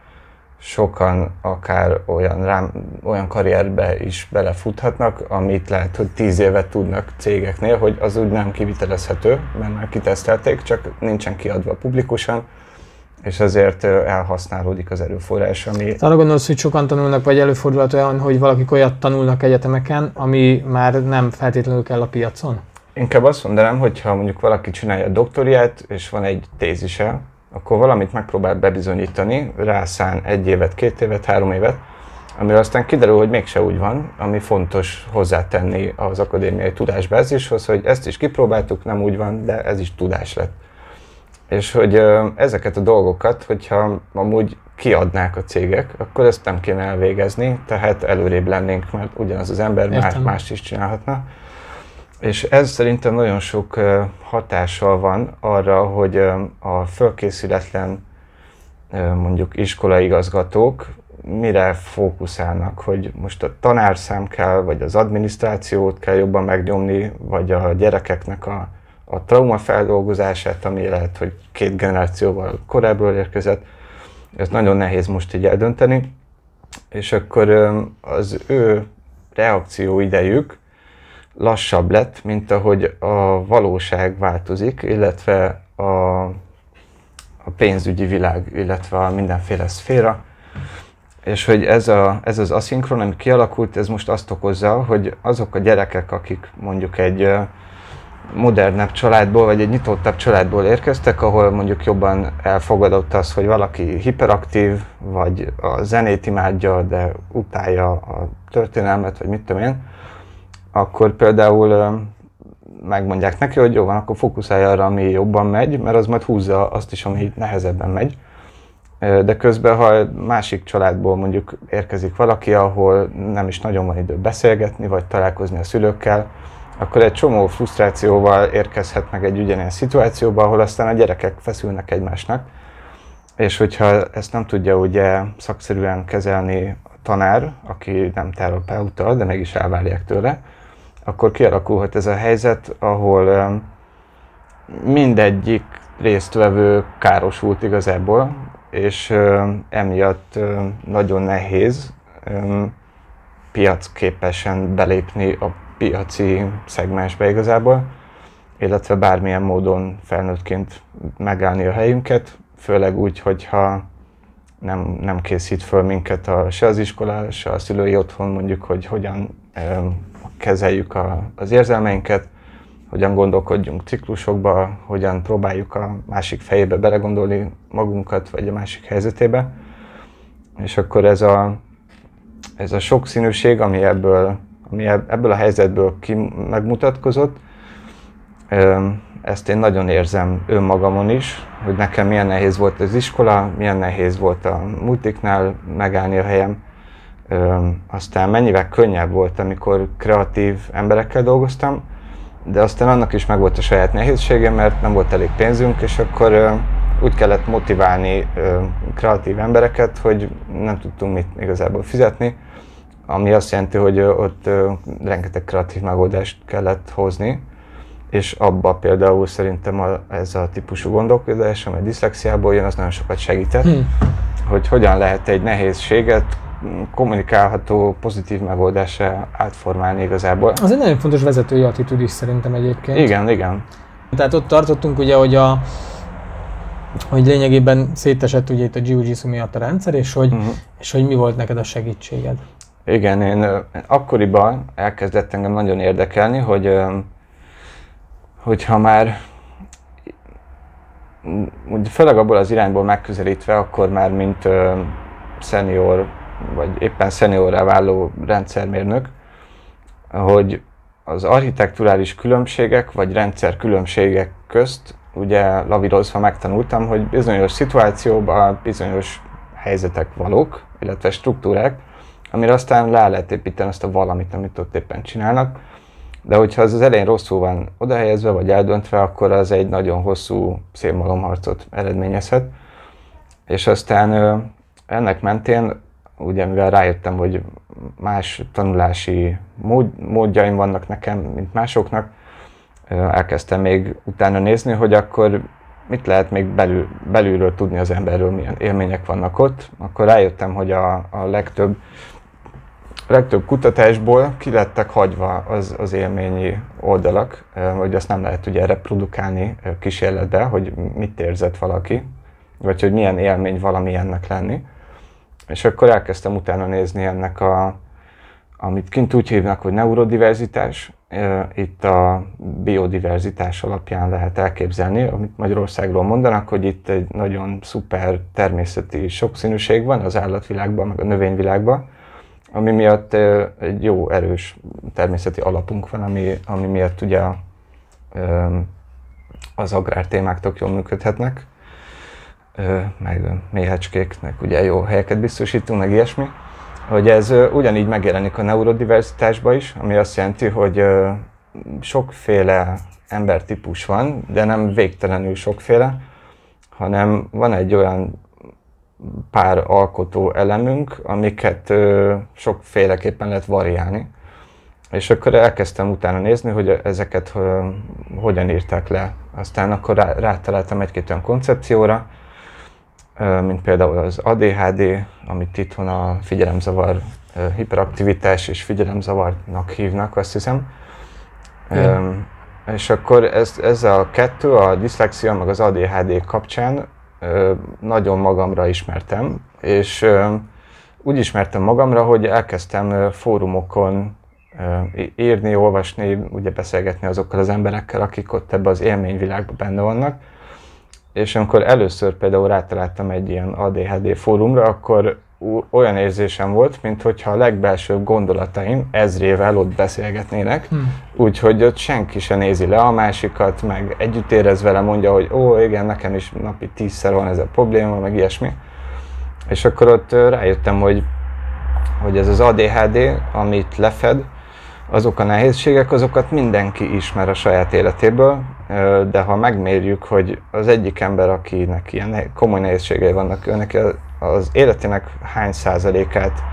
sokan akár olyan, rám, olyan karrierbe is belefuthatnak, amit lehet, hogy tíz évet tudnak cégeknél, hogy az úgy nem kivitelezhető, mert már kitesztelték, csak nincsen kiadva publikusan, és ezért elhasználódik az erőforrás, ami... Arra gondolsz, hogy sokan tanulnak, vagy előfordulhat olyan, hogy valakik olyat tanulnak egyetemeken, ami már nem feltétlenül kell a piacon? Inkább azt mondanám, hogy ha mondjuk valaki csinálja a doktoriát, és van egy tézise, akkor valamit megpróbál bebizonyítani, rászán egy évet, két évet, három évet, amire aztán kiderül, hogy mégse úgy van, ami fontos hozzátenni az akadémiai tudásbázishoz, hogy ezt is kipróbáltuk, nem úgy van, de ez is tudás lett. És hogy ezeket a dolgokat, hogyha amúgy kiadnák a cégek, akkor ezt nem kéne elvégezni, tehát előrébb lennénk, mert ugyanaz az ember más, más is csinálhatna. És ez szerintem nagyon sok hatással van arra, hogy a fölkészületlen mondjuk iskolaigazgatók mire fókuszálnak, hogy most a tanárszám kell, vagy az adminisztrációt kell jobban megnyomni, vagy a gyerekeknek a, a traumafeldolgozását, ami lehet, hogy két generációval korábbról érkezett. Ez nagyon nehéz most így eldönteni. És akkor az ő reakcióidejük lassabb lett, mint ahogy a valóság változik, illetve a, a pénzügyi világ, illetve a mindenféle szféra. És hogy ez, a, ez az aszinkron, ami kialakult, ez most azt okozza, hogy azok a gyerekek, akik mondjuk egy modernebb családból, vagy egy nyitottabb családból érkeztek, ahol mondjuk jobban elfogadott az, hogy valaki hiperaktív, vagy a zenét imádja, de utálja a történelmet, vagy mit tudom én, akkor például megmondják neki, hogy jó van, akkor fókuszálj arra, ami jobban megy, mert az majd húzza azt is, ami nehezebben megy. De közben, ha másik családból mondjuk érkezik valaki, ahol nem is nagyon van idő beszélgetni, vagy találkozni a szülőkkel, akkor egy csomó frusztrációval érkezhet meg egy ugyanilyen szituációba, ahol aztán a gyerekek feszülnek egymásnak. És hogyha ezt nem tudja ugye szakszerűen kezelni a tanár, aki nem terapeuta, de mégis elvárják tőle, akkor kialakulhat ez a helyzet, ahol mindegyik résztvevő károsult igazából, és emiatt nagyon nehéz piacképesen belépni a piaci szegmensbe igazából, illetve bármilyen módon felnőttként megállni a helyünket, főleg úgy, hogyha nem, nem készít föl minket a, se az iskola, se a szülői otthon mondjuk, hogy hogyan e, kezeljük a, az érzelmeinket, hogyan gondolkodjunk ciklusokba, hogyan próbáljuk a másik fejébe belegondolni magunkat, vagy a másik helyzetébe. És akkor ez a, ez a sokszínűség, ami ebből, ami ebből a helyzetből ki megmutatkozott, ezt én nagyon érzem önmagamon is, hogy nekem milyen nehéz volt az iskola, milyen nehéz volt a multiknál megállni a helyem. Aztán mennyivel könnyebb volt, amikor kreatív emberekkel dolgoztam, de aztán annak is megvolt a saját nehézsége, mert nem volt elég pénzünk, és akkor úgy kellett motiválni kreatív embereket, hogy nem tudtunk mit igazából fizetni, ami azt jelenti, hogy ott rengeteg kreatív megoldást kellett hozni, és abba például szerintem a, ez a típusú gondolkodás, ami a diszlexiából jön, az nagyon sokat segített, hmm. hogy hogyan lehet egy nehézséget kommunikálható, pozitív megoldásra átformálni igazából. Az egy nagyon fontos vezetői attitűd is szerintem egyébként. Igen, igen. Tehát ott tartottunk ugye, hogy, a, hogy lényegében szétesett ugye itt a jiu-jitsu miatt a rendszer, és hogy, uh-huh. és hogy mi volt neked a segítséged. Igen, én akkoriban elkezdett engem nagyon érdekelni, hogy hogyha már főleg abból az irányból megközelítve, akkor már mint szenior, vagy éppen szeniorrá váló rendszermérnök, hogy az architekturális különbségek, vagy rendszer különbségek közt ugye lavírozva megtanultam, hogy bizonyos szituációban bizonyos helyzetek valók, illetve struktúrák, amire aztán le lehet építeni azt a valamit, amit ott éppen csinálnak. De hogyha az az elején rosszul van odahelyezve, vagy eldöntve, akkor az egy nagyon hosszú szélmalomharcot eredményezhet. És aztán ennek mentén, ugye mivel rájöttem, hogy más tanulási mód, módjaim vannak nekem, mint másoknak, elkezdtem még utána nézni, hogy akkor mit lehet még belül, belülről tudni az emberről, milyen élmények vannak ott. Akkor rájöttem, hogy a, a legtöbb legtöbb kutatásból ki lettek hagyva az, az élményi oldalak, hogy azt nem lehet ugye reprodukálni kísérletbe, hogy mit érzett valaki, vagy hogy milyen élmény valamilyennek lenni. És akkor elkezdtem utána nézni ennek a, amit kint úgy hívnak, hogy neurodiverzitás. Itt a biodiverzitás alapján lehet elképzelni, amit Magyarországról mondanak, hogy itt egy nagyon szuper természeti sokszínűség van az állatvilágban, meg a növényvilágban, ami miatt egy jó, erős természeti alapunk van, ami, ami miatt ugye az agrártémák tök jól működhetnek, meg méhecskéknek ugye jó helyeket biztosítunk, meg ilyesmi. Hogy ez ugyanígy megjelenik a neurodiverzitásban is, ami azt jelenti, hogy sokféle embertípus van, de nem végtelenül sokféle, hanem van egy olyan pár alkotó elemünk, amiket ö, sokféleképpen lehet variálni. És akkor elkezdtem utána nézni, hogy ezeket ö, hogyan írták le. Aztán akkor rá, rátaláltam egy-két olyan koncepcióra, ö, mint például az á dé há dé, amit itthon a figyelemzavar, ö, hiperaktivitás és figyelemzavarnak hívnak, azt hiszem. Ö, és akkor ez, ez a kettő, a diszlexia meg az á dé há dé kapcsán nagyon magamra ismertem, és úgy ismertem magamra, hogy elkezdtem fórumokon írni, olvasni, ugye beszélgetni azokkal az emberekkel, akik ott ebben az élményvilágban benne vannak. És amikor először például rátaláltam egy ilyen á dé há dé fórumra, akkor olyan érzésem volt, mintha a legbelsőbb gondolataim ezrével ott beszélgetnének, hmm. úgyhogy ott senki se nézi le a másikat, meg együtt érez vele, mondja, hogy ó, igen, nekem is napi tízszer van ez a probléma, meg ilyesmi. És akkor ott rájöttem, hogy, hogy ez az á dé há dé, amit lefed, azok a nehézségek, azokat mindenki ismer a saját életéből, de ha megmérjük, hogy az egyik ember, akinek ilyen komoly nehézségei vannak, őnek az életének hány százalékát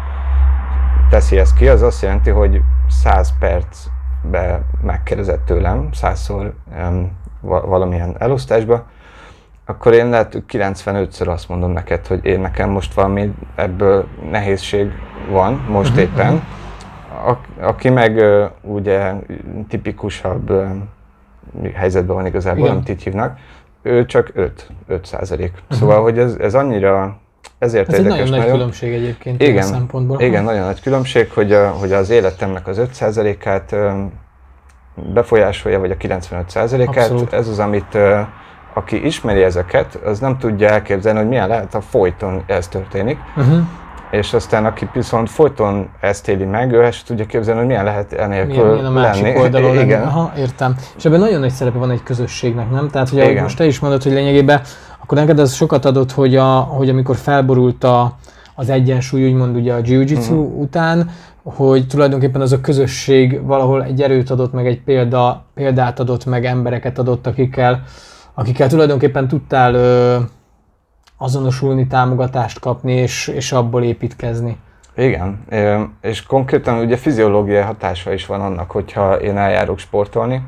teszi ezt ki, az azt jelenti, hogy száz percbe megkérdezett tőlem, százszor um, valamilyen elosztásba, akkor én lehet, hogy kilencvenötször azt mondom neked, hogy én nekem most valami ebből nehézség van, most éppen. A, aki meg uh, ugye tipikusabb uh, helyzetben van igazából, igen, amit itt hívnak, ő csak öt százalék. Uh-huh. Szóval, hogy ez, ez annyira, ezért ez érdekes. Ez egy nagyon nagy különbség egyébként ilyen szempontból. Igen, nagyon nagy különbség, hogy, a, hogy az életemnek az öt százalékát um, befolyásolja, vagy a kilencvenöt százalékát. Ez az, amit uh, aki ismeri ezeket, az nem tudja elképzelni, hogy milyen lehet, ha folyton ez történik. Uh-huh. És aztán aki viszont folyton ezt éli meg, ő ezt tudja képzelni, hogy milyen lehet enélkül milyen, milyen a másik lenni. oldalon lenni. Igen. Aha, értem. És ebben nagyon nagy szerepe van egy közösségnek, nem? Tehát, hogy ahogy most te is mondod, hogy lényegében, akkor neked az sokat adott, hogy, a, hogy amikor felborult a, az egyensúly, úgymond ugye a jiu-jitsu uh-huh. után, hogy tulajdonképpen az a közösség valahol egy erőt adott, meg egy példa, példát adott, meg embereket adott, akikkel, akikkel tulajdonképpen tudtál ö, azonosulni, támogatást kapni, és, és abból építkezni. Igen, és konkrétan ugye fiziológiai hatása is van annak, hogyha én eljárok sportolni,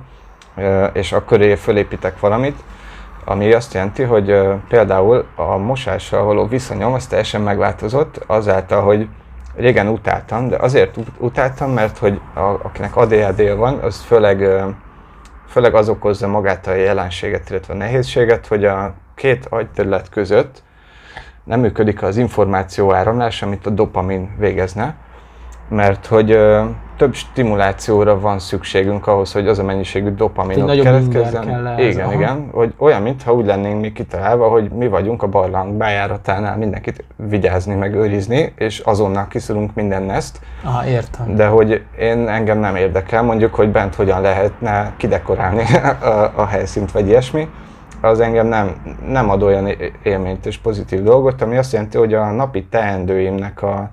és akkor én fölépítek valamit, ami azt jelenti, hogy például a mosással való viszonyom az teljesen megváltozott azáltal, hogy régen utáltam, de azért utáltam, mert hogy a, akinek á dé há dé van, az főleg, főleg az okozza magát a jelenséget, illetve a nehézséget, hogy a két agyterület között nem működik az információ áramlás, amit a dopamin végezne, mert hogy ö, több stimulációra van szükségünk ahhoz, hogy az a mennyiségű dopaminot keletkezzen. Igen, aha. igen, hogy olyan, mintha úgy lennénk mi kitalálva, hogy mi vagyunk a barlang bejáratánál mindenkit vigyázni, meg őrizni, és azonnal kiszorunk minden neszt. Aha, értem. De hogy én engem nem érdekel, mondjuk, hogy bent hogyan lehetne kidekorálni a, a helyszínt, vagy ilyesmi. Az engem nem, nem ad olyan élményt és pozitív dolgot, ami azt jelenti, hogy a napi teendőimnek a,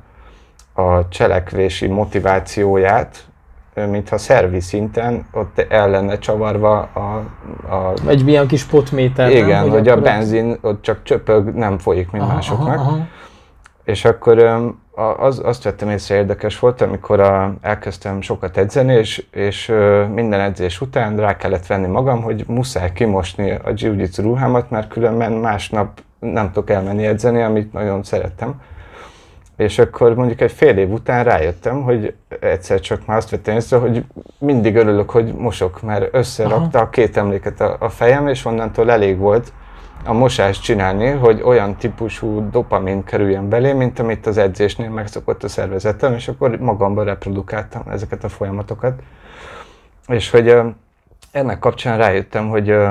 a cselekvési motivációját, mintha szervi szinten ott el lenne csavarva a... a egy milyen kis potméter, igen, nem? hogy, hogy a benzin ott csak csöpög, nem folyik, mint aha, másoknak. Aha, aha. És akkor az, azt vettem észre, érdekes volt, amikor a, elkezdtem sokat edzeni, és, és minden edzés után rá kellett venni magam, hogy muszáj kimosni a jiu-jitsu ruhámat, mert különben másnap nem tudok elmenni edzeni, amit nagyon szerettem. És akkor mondjuk egy fél év után rájöttem, hogy egyszer csak már azt vettem észre, hogy mindig örülök, hogy mosok, mert összerakta a két emléket a, a fejem, és onnantól elég volt a mosást csinálni, hogy olyan típusú dopamin kerüljön belé, mint amit az edzésnél megszokott a szervezetem, és akkor magamban reprodukáltam ezeket a folyamatokat. És hogy uh, ennek kapcsán rájöttem, hogy, uh,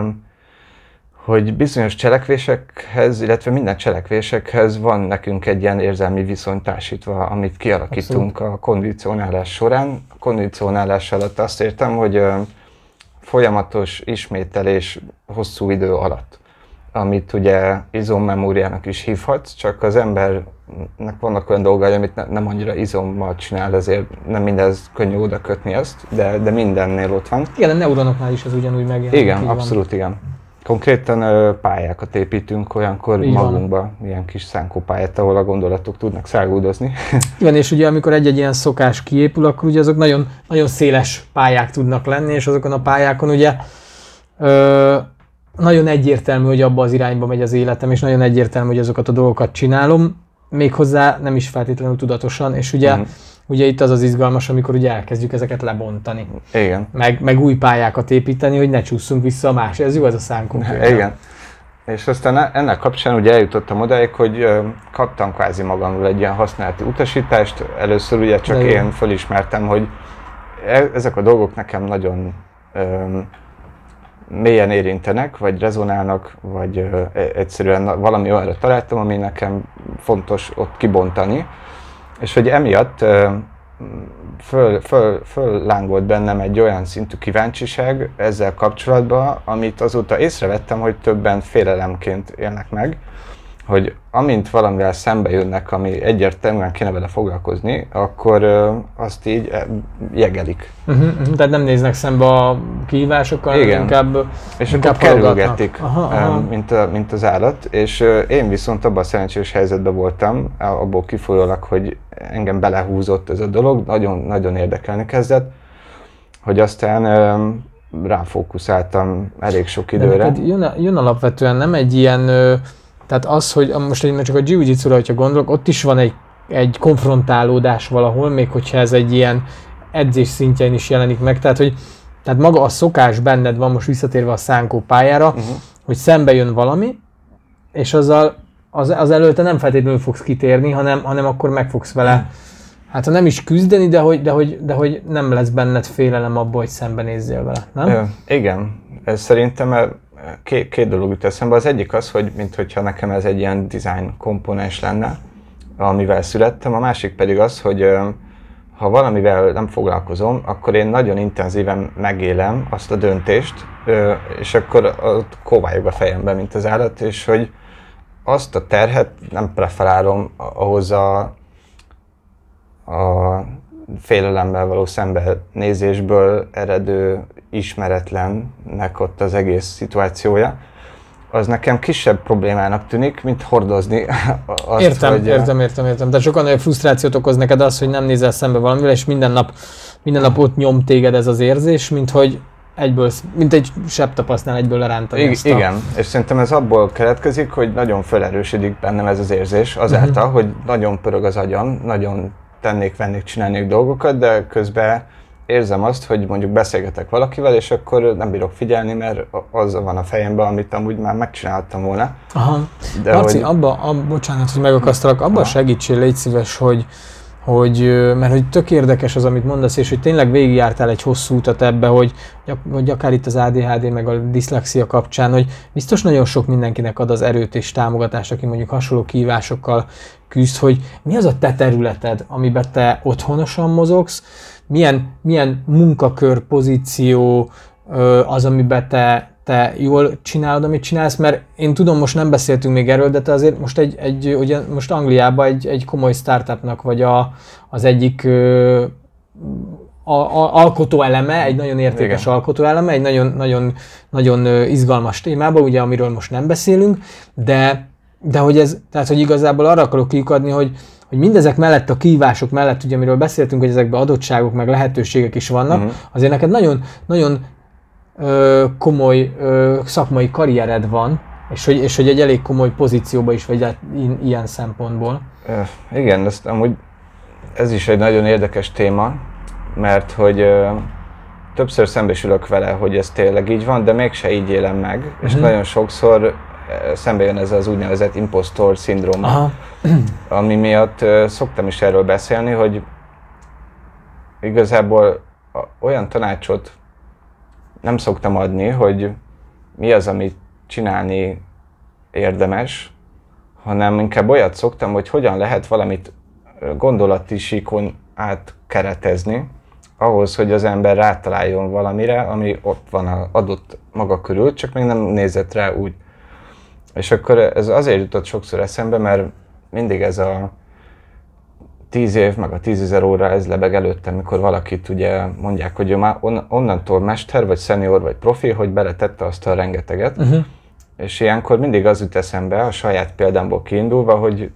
hogy bizonyos cselekvésekhez, illetve minden cselekvésekhez van nekünk egy ilyen érzelmi viszony társítva, amit kialakítunk abszolút a kondicionálás során. A kondicionálás alatt azt értem, hogy uh, folyamatos ismételés hosszú idő alatt, amit ugye izommemóriának is hívhatsz, csak az embernek vannak olyan dolgai, amit ne, nem annyira izommal csinál, ezért nem mindez könnyű oda kötni ezt, de, de mindennél ott van. Igen, a neuronoknál is ez ugyanúgy megjelenik. Igen, abszolút van. Igen. Konkrétan ö, pályákat építünk olyankor így magunkba, van. Ilyen kis szánkópályát, ahol a gondolatok tudnak száguldozni. Igen, és ugye amikor egy-egy ilyen szokás kiépül, akkor ugye azok nagyon, nagyon széles pályák tudnak lenni, és azokon a pályákon ugye ö, nagyon egyértelmű, hogy abba az irányba megy az életem, és nagyon egyértelmű, hogy azokat a dolgokat csinálom, méghozzá nem is feltétlenül tudatosan, és ugye, mm. ugye itt az az izgalmas, amikor ugye elkezdjük ezeket lebontani. Igen. Meg, meg új pályákat építeni, hogy ne csúszunk vissza a más. Ez jó, ez a szánkunk. Igen. És aztán ennek kapcsán ugye eljutottam odáig, hogy kaptam kvázi magamról egy ilyen használati utasítást. Először ugye csak én fölismertem, hogy ezek a dolgok nekem nagyon öm, mélyen érintenek, vagy rezonálnak, vagy ö, egyszerűen valami olyanra találtam, ami nekem fontos ott kibontani. És hogy emiatt ö, föl, föl, föllángolt bennem egy olyan szintű kíváncsiság ezzel kapcsolatban, amit azóta észrevettem, hogy többen félelemként élnek meg, hogy amint valamivel szembe jönnek, ami egyértelműen kéne vele foglalkozni, akkor ö, azt így jegelik. Uh-huh, uh-huh. Tehát nem néznek szembe a kihívásokkal, igen. inkább és inkább akkor kerülgetik, aha, aha. Mint, a, mint az állat. És ö, én viszont abban a szerencsés helyzetben voltam, abból kifolyólag, hogy engem belehúzott ez a dolog, nagyon, nagyon érdekelni kezdett, hogy aztán ö, ráfókuszáltam elég sok időre. De neked jön, jön alapvetően nem egy ilyen... Ö, Tehát az, hogy most én csak a jiu-jitsu-ra, hogyha gondolok, ott is van egy, egy konfrontálódás valahol, még hogyha ez egy ilyen edzés szintjén is jelenik meg. Tehát, hogy tehát maga a szokás benned van, most visszatérve a szánkó pályára, uh-huh. hogy szembe jön valami, és azzal az, az előtte nem feltétlenül fogsz kitérni, hanem, hanem akkor meg fogsz vele hát ha nem is küzdeni, de hogy, de hogy, de hogy nem lesz benned félelem abból, hogy szembenézzél vele, nem? Ö, igen, ez szerintem két, két dolog jut eszembe. Az egyik az, hogy minthogyha nekem ez egy ilyen design komponens lenne, amivel születtem, a másik pedig az, hogy ha valamivel nem foglalkozom, akkor én nagyon intenzíven megélem azt a döntést, és akkor kóvályog a fejembe, mint az állat, és hogy azt a terhet nem preferálom ahhoz a, a félelemmel való szembenézésből eredő ismeretlennek ott az egész szituációja. Az nekem kisebb problémának tűnik, mint hordozni azt, értem, hogy... Értem, értem, értem. Tehát sokkal nagyobb frusztrációt okoz neked az, hogy nem nézel szembe valamivel, és minden nap, minden nap ott nyom téged ez az érzés, mint hogy egyből, mint egy sebb tapasztnál egyből lerántani I- ezt a... Igen, és szerintem ez abból keletkezik, hogy nagyon felerősödik bennem ez az érzés, azáltal, uh-huh. hogy nagyon pörög az agyam, nagyon tennék, vennék, csinálnék dolgokat, de közben érzem azt, hogy mondjuk beszélgetek valakivel, és akkor nem bírok figyelni, mert az van a fejemben, amit amúgy már megcsináltam volna. Aha. De Marci, hogy... abba, abba, bocsánat, hogy megakasztalak, abban segítsél, légy szíves, hogy, hogy, mert hogy tök érdekes az, amit mondasz, és hogy tényleg végigjártál egy hosszú utat ebbe, hogy, hogy akár itt az á dé há dé meg a diszlexia kapcsán, hogy biztos nagyon sok mindenkinek ad az erőt és támogatást, aki mondjuk hasonló kihívásokkal küzd, hogy mi az a te területed, amiben te otthonosan mozogsz, milyen, milyen munkakör, pozíció az, amiben te, te jól csinálod, amit csinálsz, mert én tudom, most nem beszéltünk még erről, de te azért most, egy, egy, ugye most Angliában egy, egy komoly startupnak vagy a, az egyik a, a, alkotó eleme, egy nagyon értékes Igen. alkotó eleme, egy nagyon, nagyon, nagyon izgalmas témában, ugye, amiről most nem beszélünk, de, de hogy ez, tehát hogy igazából arra akarok kiukadni, hogy hogy mindezek mellett, a kihívások mellett, ugye, amiről beszéltünk, hogy ezekben adottságok, meg lehetőségek is vannak, uh-huh. azért neked nagyon, nagyon ö, komoly ö, szakmai karriered van, és hogy, és hogy egy elég komoly pozícióban is vagy ilyen szempontból. Uh, igen, ezt amúgy ez is egy nagyon érdekes téma, mert hogy ö, többször szembesülök vele, hogy ez tényleg így van, de mégse így élem meg, uh-huh. és nagyon sokszor szembe jön ez az úgynevezett impostor szindróma, ami miatt uh, szoktam is erről beszélni, hogy igazából olyan tanácsot nem szoktam adni, hogy mi az, amit csinálni érdemes, hanem inkább olyat szoktam, hogy hogyan lehet valamit gondolati síkon átkeretezni, ahhoz, hogy az ember rátaláljon valamire, ami ott van az adott maga körül, csak még nem nézett rá úgy. És akkor ez azért jutott sokszor eszembe, mert mindig ez a tíz év, meg a tízezer óra ez lebeg előttem, mikor valakit ugye mondják, hogy ő már on, onnantól mester, vagy szenior, vagy profi, hogy beletette azt a rengeteget. Uh-huh. És ilyenkor mindig az jut eszembe, a saját példámból kiindulva, hogy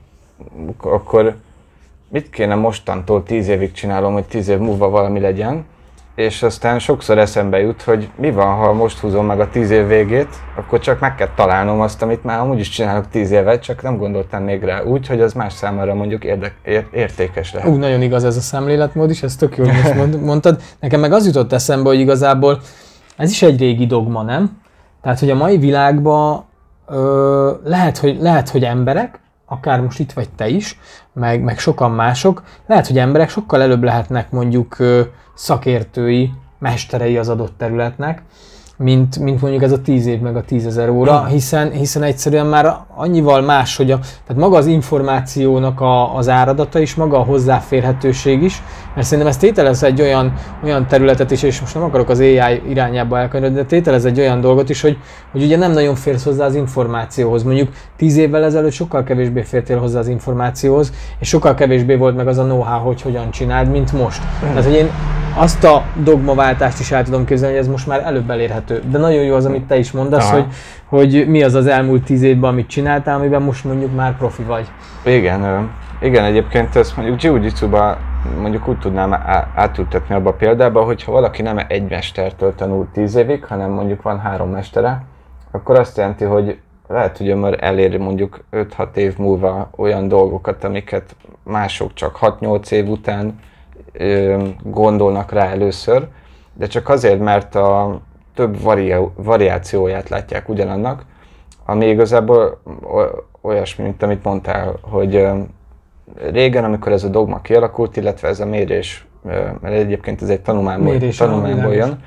akkor mit kéne mostantól tíz évig csinálom, hogy tíz év múlva valami legyen, és aztán sokszor eszembe jut, hogy mi van, ha most húzom meg a tíz év végét, akkor csak meg kell találnom azt, amit már amúgy is csinálok tíz évet, csak nem gondoltam még rá úgy, hogy az más számára mondjuk érdek, ér, értékes lehet. Ú, nagyon igaz ez a szemléletmód is, ezt tök jól most mondtad. Nekem meg az jutott eszembe, hogy igazából ez is egy régi dogma, nem? Tehát, hogy a mai világban ö, lehet, hogy, lehet, hogy emberek, akár most itt vagy te is, meg, meg sokan mások, lehet, hogy emberek sokkal előbb lehetnek mondjuk ö, szakértői, mesterei az adott területnek, mint, mint mondjuk ez a tíz év meg a tízezer óra, hiszen, hiszen egyszerűen már annyival más, hogy a, tehát maga az információnak a, az áradata is, maga a hozzáférhetőség is, mert szerintem ez tételez egy olyan, olyan területet is, és most nem akarok az á i irányába elkanyarodni, de tételez egy olyan dolgot is, hogy, hogy ugye nem nagyon férsz hozzá az információhoz. Mondjuk tíz évvel ezelőtt sokkal kevésbé fértél hozzá az információhoz, és sokkal kevésbé volt meg az a know-how, hogy hogyan csináld, mint most. Tehát, hogy én azt a dogmaváltást is el tudom képzelni, hogy ez most már előbb elérhető. De nagyon jó az, amit te is mondasz, hogy, hogy mi az az elmúlt tíz évben, amit csináltál, amiben most mondjuk már profi vagy. Igen, igen, egyébként ezt mondjuk jiu-jitsuba mondjuk úgy tudnám átültetni abba a példába, hogyha valaki nem egy mestertől tanul tíz évig, hanem mondjuk van három mestere, akkor azt jelenti, hogy lehet, hogy már eléri mondjuk öt-hat év múlva olyan dolgokat, amiket mások csak hat-nyolc év után gondolnak rá először, de csak azért, mert a több variá- variációját látják ugyanannak, ami igazából olyasmi, mint amit mondtál, hogy régen, amikor ez a dogma kialakult, illetve ez a mérés, mert egyébként ez egy tanulmányból, Mérés, tanulmányból jön,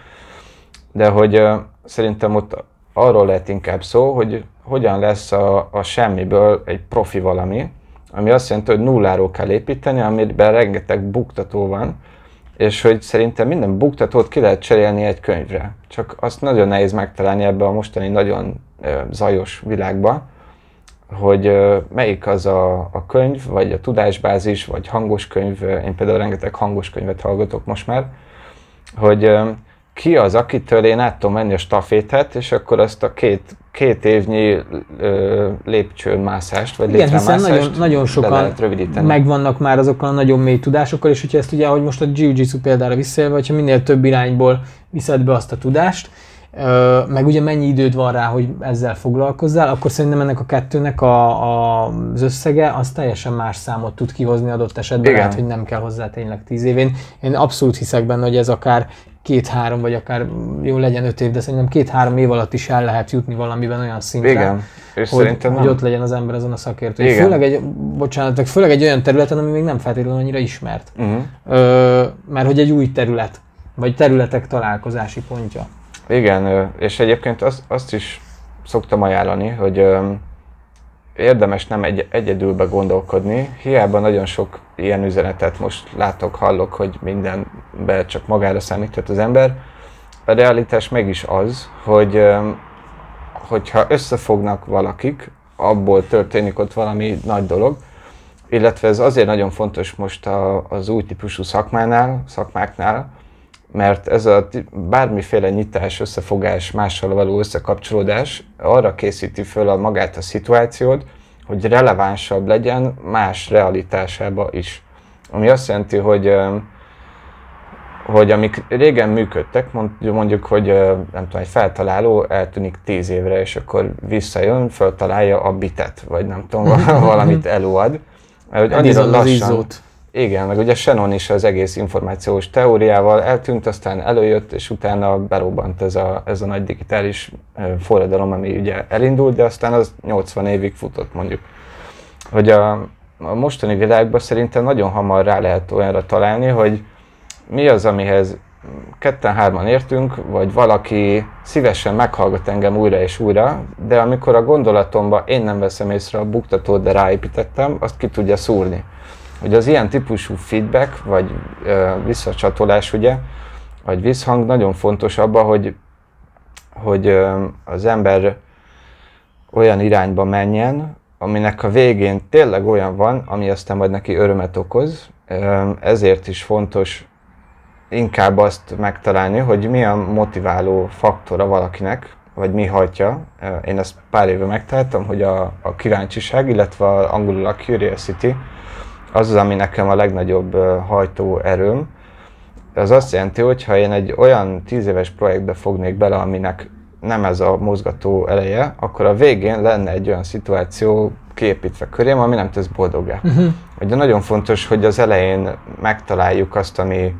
de hogy szerintem ott arról lehet inkább szó, hogy hogyan lesz a, a semmiből egy profi valami, ami azt jelenti, hogy nulláról kell építeni, amiben rengeteg buktató van, és hogy szerintem minden buktatót ki lehet cserélni egy könyvre. Csak azt nagyon nehéz megtalálni ebbe a mostani nagyon zajos világba, hogy melyik az a, a könyv, vagy a tudásbázis, vagy hangos könyv, én például rengeteg hangos könyvet hallgatok most már, hogy ki az, akitől én át tudom menni a stafétát, és akkor azt a két, két évnyi ö, lépcsőmászást, vagy igen, hiszen létremászást nagyon, nagyon sokan megvannak már azokkal a nagyon mély tudásokkal, és hogyha ezt ugye, ahogy most a jiu-jitsu példára visszaélve, hogyha minél több irányból viszed be azt a tudást, ö, meg ugye mennyi időd van rá, hogy ezzel foglalkozzál, akkor szerintem ennek a kettőnek a, a, az összege az teljesen más számot tud kihozni adott esetben, lehet, hogy nem kell hozzá tényleg tíz évén. Én abszolút hiszek benne, hogy ez akár két-három, vagy akár jó legyen öt év, de szerintem két-három év alatt is el lehet jutni valamiben olyan szintre, igen. És hogy, hogy nem. ott legyen az ember azon a szakértő. Főleg egy, bocsánat, főleg egy olyan területen, ami még nem feltétlenül annyira ismert. Uh-huh. Ö, mert hogy egy új terület, vagy területek találkozási pontja. Igen, és egyébként azt, azt is szoktam ajánlani, hogy érdemes nem egy, egyedülbe gondolkodni. Hiába nagyon sok ilyen üzenetet most látok, hallok, hogy mindenben csak magára számíthat az ember. A realitás meg is az, hogy hogyha összefognak valakik, abból történik ott valami nagy dolog. Illetve ez azért nagyon fontos most a, az új típusú szakmánál, szakmáknál, mert ez a bármiféle nyitás, összefogás, mással való összekapcsolódás arra készíti föl a magát a szituációt, hogy relevánsabb legyen más realitásába is. Ami azt jelenti, hogy, hogy amik régen működtek, mondjuk, hogy nem tudom, egy feltaláló eltűnik tíz évre, és akkor visszajön, feltalálja a bitet, vagy nem tudom, valamit előad. Hogy annyira lassan, igen, meg ugye Shannon is az egész információs teóriával eltűnt, aztán előjött, és utána berobbant ez a, ez a nagy digitális forradalom, ami ugye elindult, de aztán az nyolcvan évig futott mondjuk. Hogy a, a mostani világban szerintem nagyon hamar rá lehet olyanra találni, hogy mi az, amihez ketten-hárman értünk, vagy valaki szívesen meghallgat engem újra és újra, de amikor a gondolatomban én nem veszem észre a buktatót, de ráépítettem, azt ki tudja szúrni. Hogy az ilyen típusú feedback, vagy ö, visszacsatolás, ugye, vagy visszhang nagyon fontos abban, hogy, hogy ö, az ember olyan irányba menjen, aminek a végén tényleg olyan van, ami aztán majd neki örömet okoz. Ö, ezért is fontos inkább azt megtalálni, hogy mi a motiváló faktora valakinek, vagy mi hajtja. Én ezt pár éve megtaláltam, hogy a, a kíváncsiság, illetve a, angolul a curiosity, az az, ami nekem a legnagyobb hajtó erőm. Az azt jelenti, hogy ha én egy olyan tíz éves projektbe fognék bele, aminek nem ez a mozgató eleje, akkor a végén lenne egy olyan szituáció kiépítve körém, ami nem tesz boldoggá. Uh-huh. Ugye nagyon fontos, hogy az elején megtaláljuk azt, ami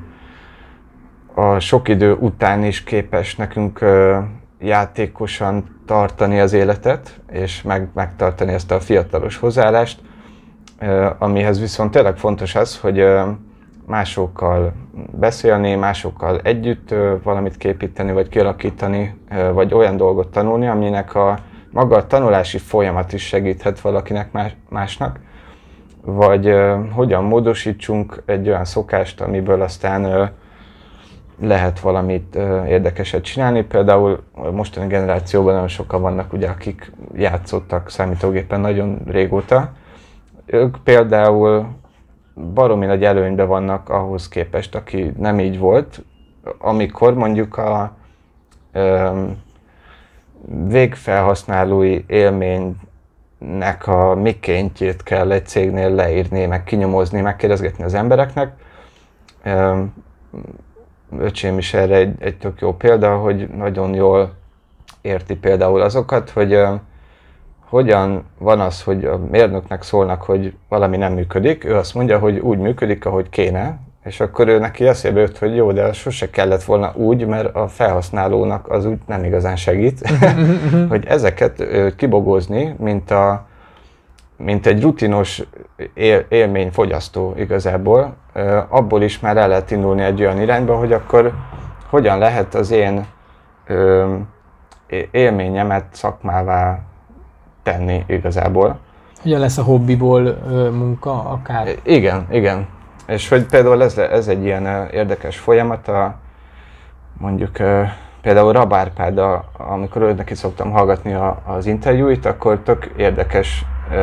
a sok idő után is képes nekünk játékosan tartani az életet, és meg, megtartani ezt a fiatalos hozzáállást, amihez viszont tényleg fontos az, hogy másokkal beszélni, másokkal együtt valamit képíteni, vagy kialakítani, vagy olyan dolgot tanulni, aminek a maga a tanulási folyamat is segíthet valakinek más, másnak, vagy hogyan módosítsunk egy olyan szokást, amiből aztán lehet valamit érdekeset csinálni. Például a mostani generációban nagyon sokan vannak, ugye, akik játszottak számítógépen nagyon régóta. Ők például baromi nagy előnyben vannak ahhoz képest, aki nem így volt, amikor mondjuk a ö, végfelhasználói élménynek a mikéntjét kell egy cégnél leírni, meg kinyomozni, megkérdezgetni az embereknek. Ö, öcsém is erre egy, egy tök jó példa, hogy nagyon jól érti például azokat, hogy ö, hogyan van az, hogy a mérnöknek szólnak, hogy valami nem működik, ő azt mondja, hogy úgy működik, ahogy kéne, és akkor ő neki eszébe jött, hogy jó, de sose kellett volna úgy, mert a felhasználónak az úgy nem igazán segít, hogy ezeket kibogózni, mint a mint egy rutinos él, élményfogyasztó igazából, abból is már el lehet indulni egy olyan irányba, hogy akkor hogyan lehet az én ö, élményemet szakmává tenni igazából. Hogyan lesz a hobbiból ö, munka akár? Igen, igen. És hogy például ez, ez egy ilyen érdekes folyamat, a, mondjuk például Rab Árpád, amikor ő neki szoktam hallgatni a, az interjúit, akkor tök érdekes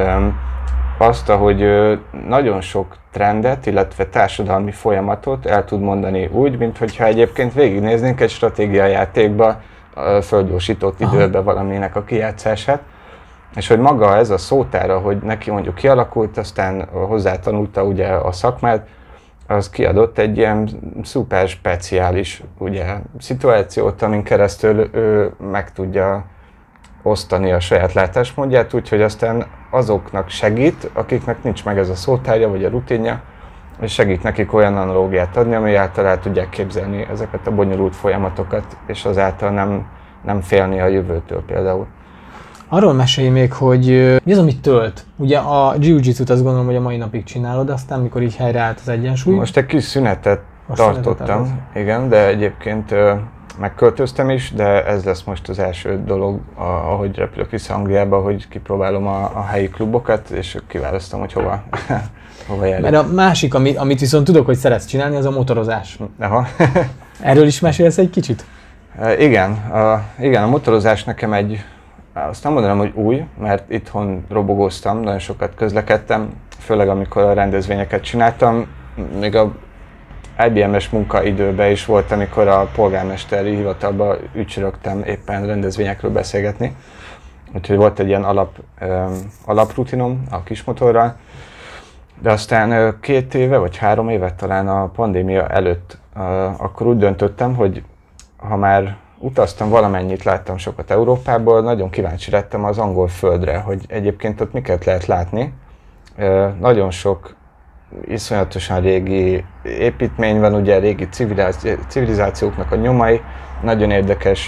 azt, hogy nagyon sok trendet, illetve társadalmi folyamatot el tud mondani úgy, mintha egyébként végignéznénk egy stratégiajátékba, fölgyorsított időbe valaminek a kijátszását. És hogy maga ez a szótára, hogy neki mondjuk kialakult, aztán hozzátanulta ugye a szakmát, az kiadott egy ilyen szuper speciális ugye, szituációt, amin keresztül ő meg tudja osztani a saját látásmódját, úgyhogy aztán azoknak segít, akiknek nincs meg ez a szótárja vagy a rutinja, és segít nekik olyan analógiát adni, ami által el tudják képzelni ezeket a bonyolult folyamatokat, és azáltal nem, nem félni a jövőtől például. Arról mesélj még, hogy mi az, amit tölt? Ugye a jiu-jitsu-t azt gondolom, hogy a mai napig csinálod, aztán mikor így helyreállt az egyensúly. Most egy kis szünetet most tartottam, szünetet igen, de egyébként megköltöztem is, de ez lesz most az első dolog, ahogy repülök vissza Angliába, hogy kipróbálom a, a helyi klubokat, és kiválasztom, hogy hova, hova járjak. Mert a másik, amit, amit viszont tudok, hogy szeretsz csinálni, az a motorozás. Aha. Erről is mesélsz egy kicsit? Igen, a, igen, a motorozás nekem egy, azt nem mondanám, hogy új, mert itthon robogóztam, nagyon sokat közlekedtem, főleg amikor a rendezvényeket csináltam. Még a I B M-es munkaidőben is volt, amikor a polgármesteri hivatalban ücsörögtem éppen rendezvényekről beszélgetni. Úgyhogy volt egy ilyen alap, alaprutinom a kismotorral. De aztán két éve vagy három évet talán a pandémia előtt akkor úgy döntöttem, hogy ha már utaztam valamennyit, láttam sokat Európából, nagyon kíváncsi lettem az angol földre, hogy egyébként ott miket lehet látni. Nagyon sok iszonyatosan régi építmény van, ugye régi civilizációknak a nyomai, nagyon érdekes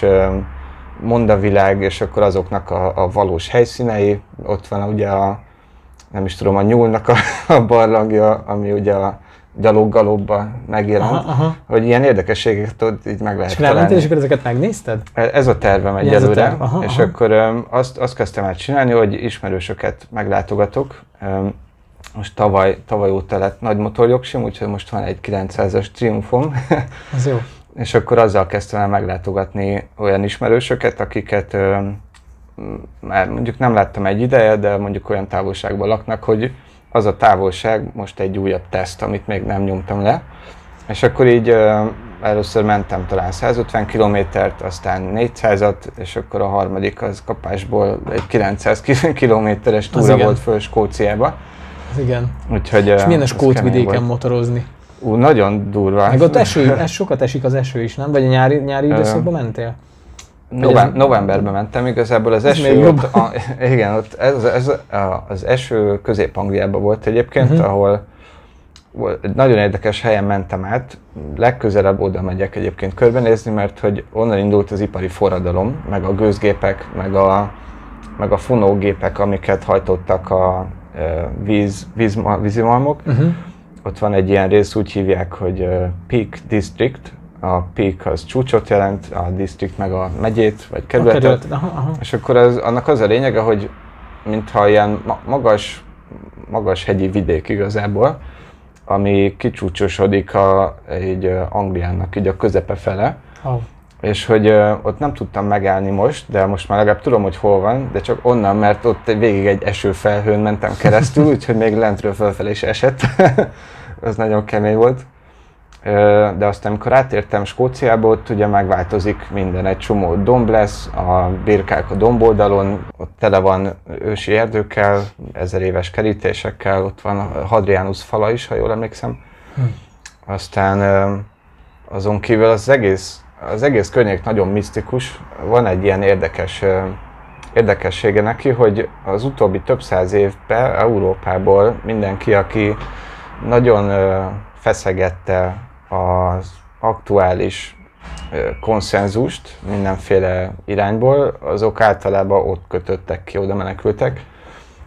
mondavilág, és akkor azoknak a, a valós helyszínei. Ott van ugye a, nem is tudom, a nyúlnak a, a barlangja, ami ugye a gyaloggalobban megjelent, aha, aha. Hogy ilyen érdekességeket ott így meg lehet találni. És elmentél, és akkor ezeket megnézted? Ez a tervem egyelőre, terv. aha, és aha. akkor um, azt, azt kezdtem el csinálni, hogy ismerősöket meglátogatok. Um, most tavaly, tavaly óta lett nagy motorjogsim, úgyhogy most van egy kilencszázas Triumphom. Az jó. És akkor azzal kezdtem el meglátogatni olyan ismerősöket, akiket um, már mondjuk nem láttam egy ideje, de mondjuk olyan távolságban laknak, hogy az a távolság most egy újabb teszt, amit még nem nyomtam le. És akkor így uh, először mentem talán százötven kilométert, aztán négyszázat, és akkor a harmadik az kapásból egy kilencszáz kilométeres túra volt föl Skóciába. Az igen. Úgyhogy, és milyen a Skót vidéken motorozni? Ú, nagyon durva. Meg ott eső, ez sokat esik az eső is, nem? Vagy a nyári, nyári időszakban mentél? Novem, novemberben mentem, igazából az ez eső ott, a, igen, ott ez, ez a, az eső Közép-Angliában volt egyébként, uh-huh. ahol egy nagyon érdekes helyen mentem át, legközelebb oda megyek egyébként körbenézni, mert hogy onnan indult az ipari forradalom, meg a gőzgépek, meg a, meg a fonógépek, amiket hajtottak a e, víz, víz, vízimalmok. Uh-huh. Ott van egy ilyen rész, úgy hívják, hogy uh, Peak District. A Peak az csúcsot jelent, a district meg a megyét, vagy kerületet. Kerület. Aha, aha. És akkor az, annak az a lényege, hogy mintha ilyen magas, magas hegyi vidék igazából, ami kicsúcsosodik a, így Angliának így a közepe fele. Oh. És hogy uh, ott nem tudtam megállni most, de most már legalább tudom, hogy hol van, de csak onnan, mert ott végig egy esőfelhőn mentem keresztül, úgyhogy még lentről fölfelé is esett. Az nagyon kemény volt. De aztán, amikor átértem Skóciába, ott ugye megváltozik minden, egy csomó domb lesz, a birkák a domboldalon, ott tele van ősi erdőkkel, ezer éves kerítésekkel, ott van a Hadrianus fala is, ha jól emlékszem. Hm. Aztán azon kívül az egész, az egész környék nagyon misztikus, van egy ilyen érdekes, érdekessége neki, hogy az utóbbi több száz évben Európából mindenki, aki nagyon feszegette az aktuális konszenzust mindenféle irányból, azok általában ott kötöttek ki, oda menekültek.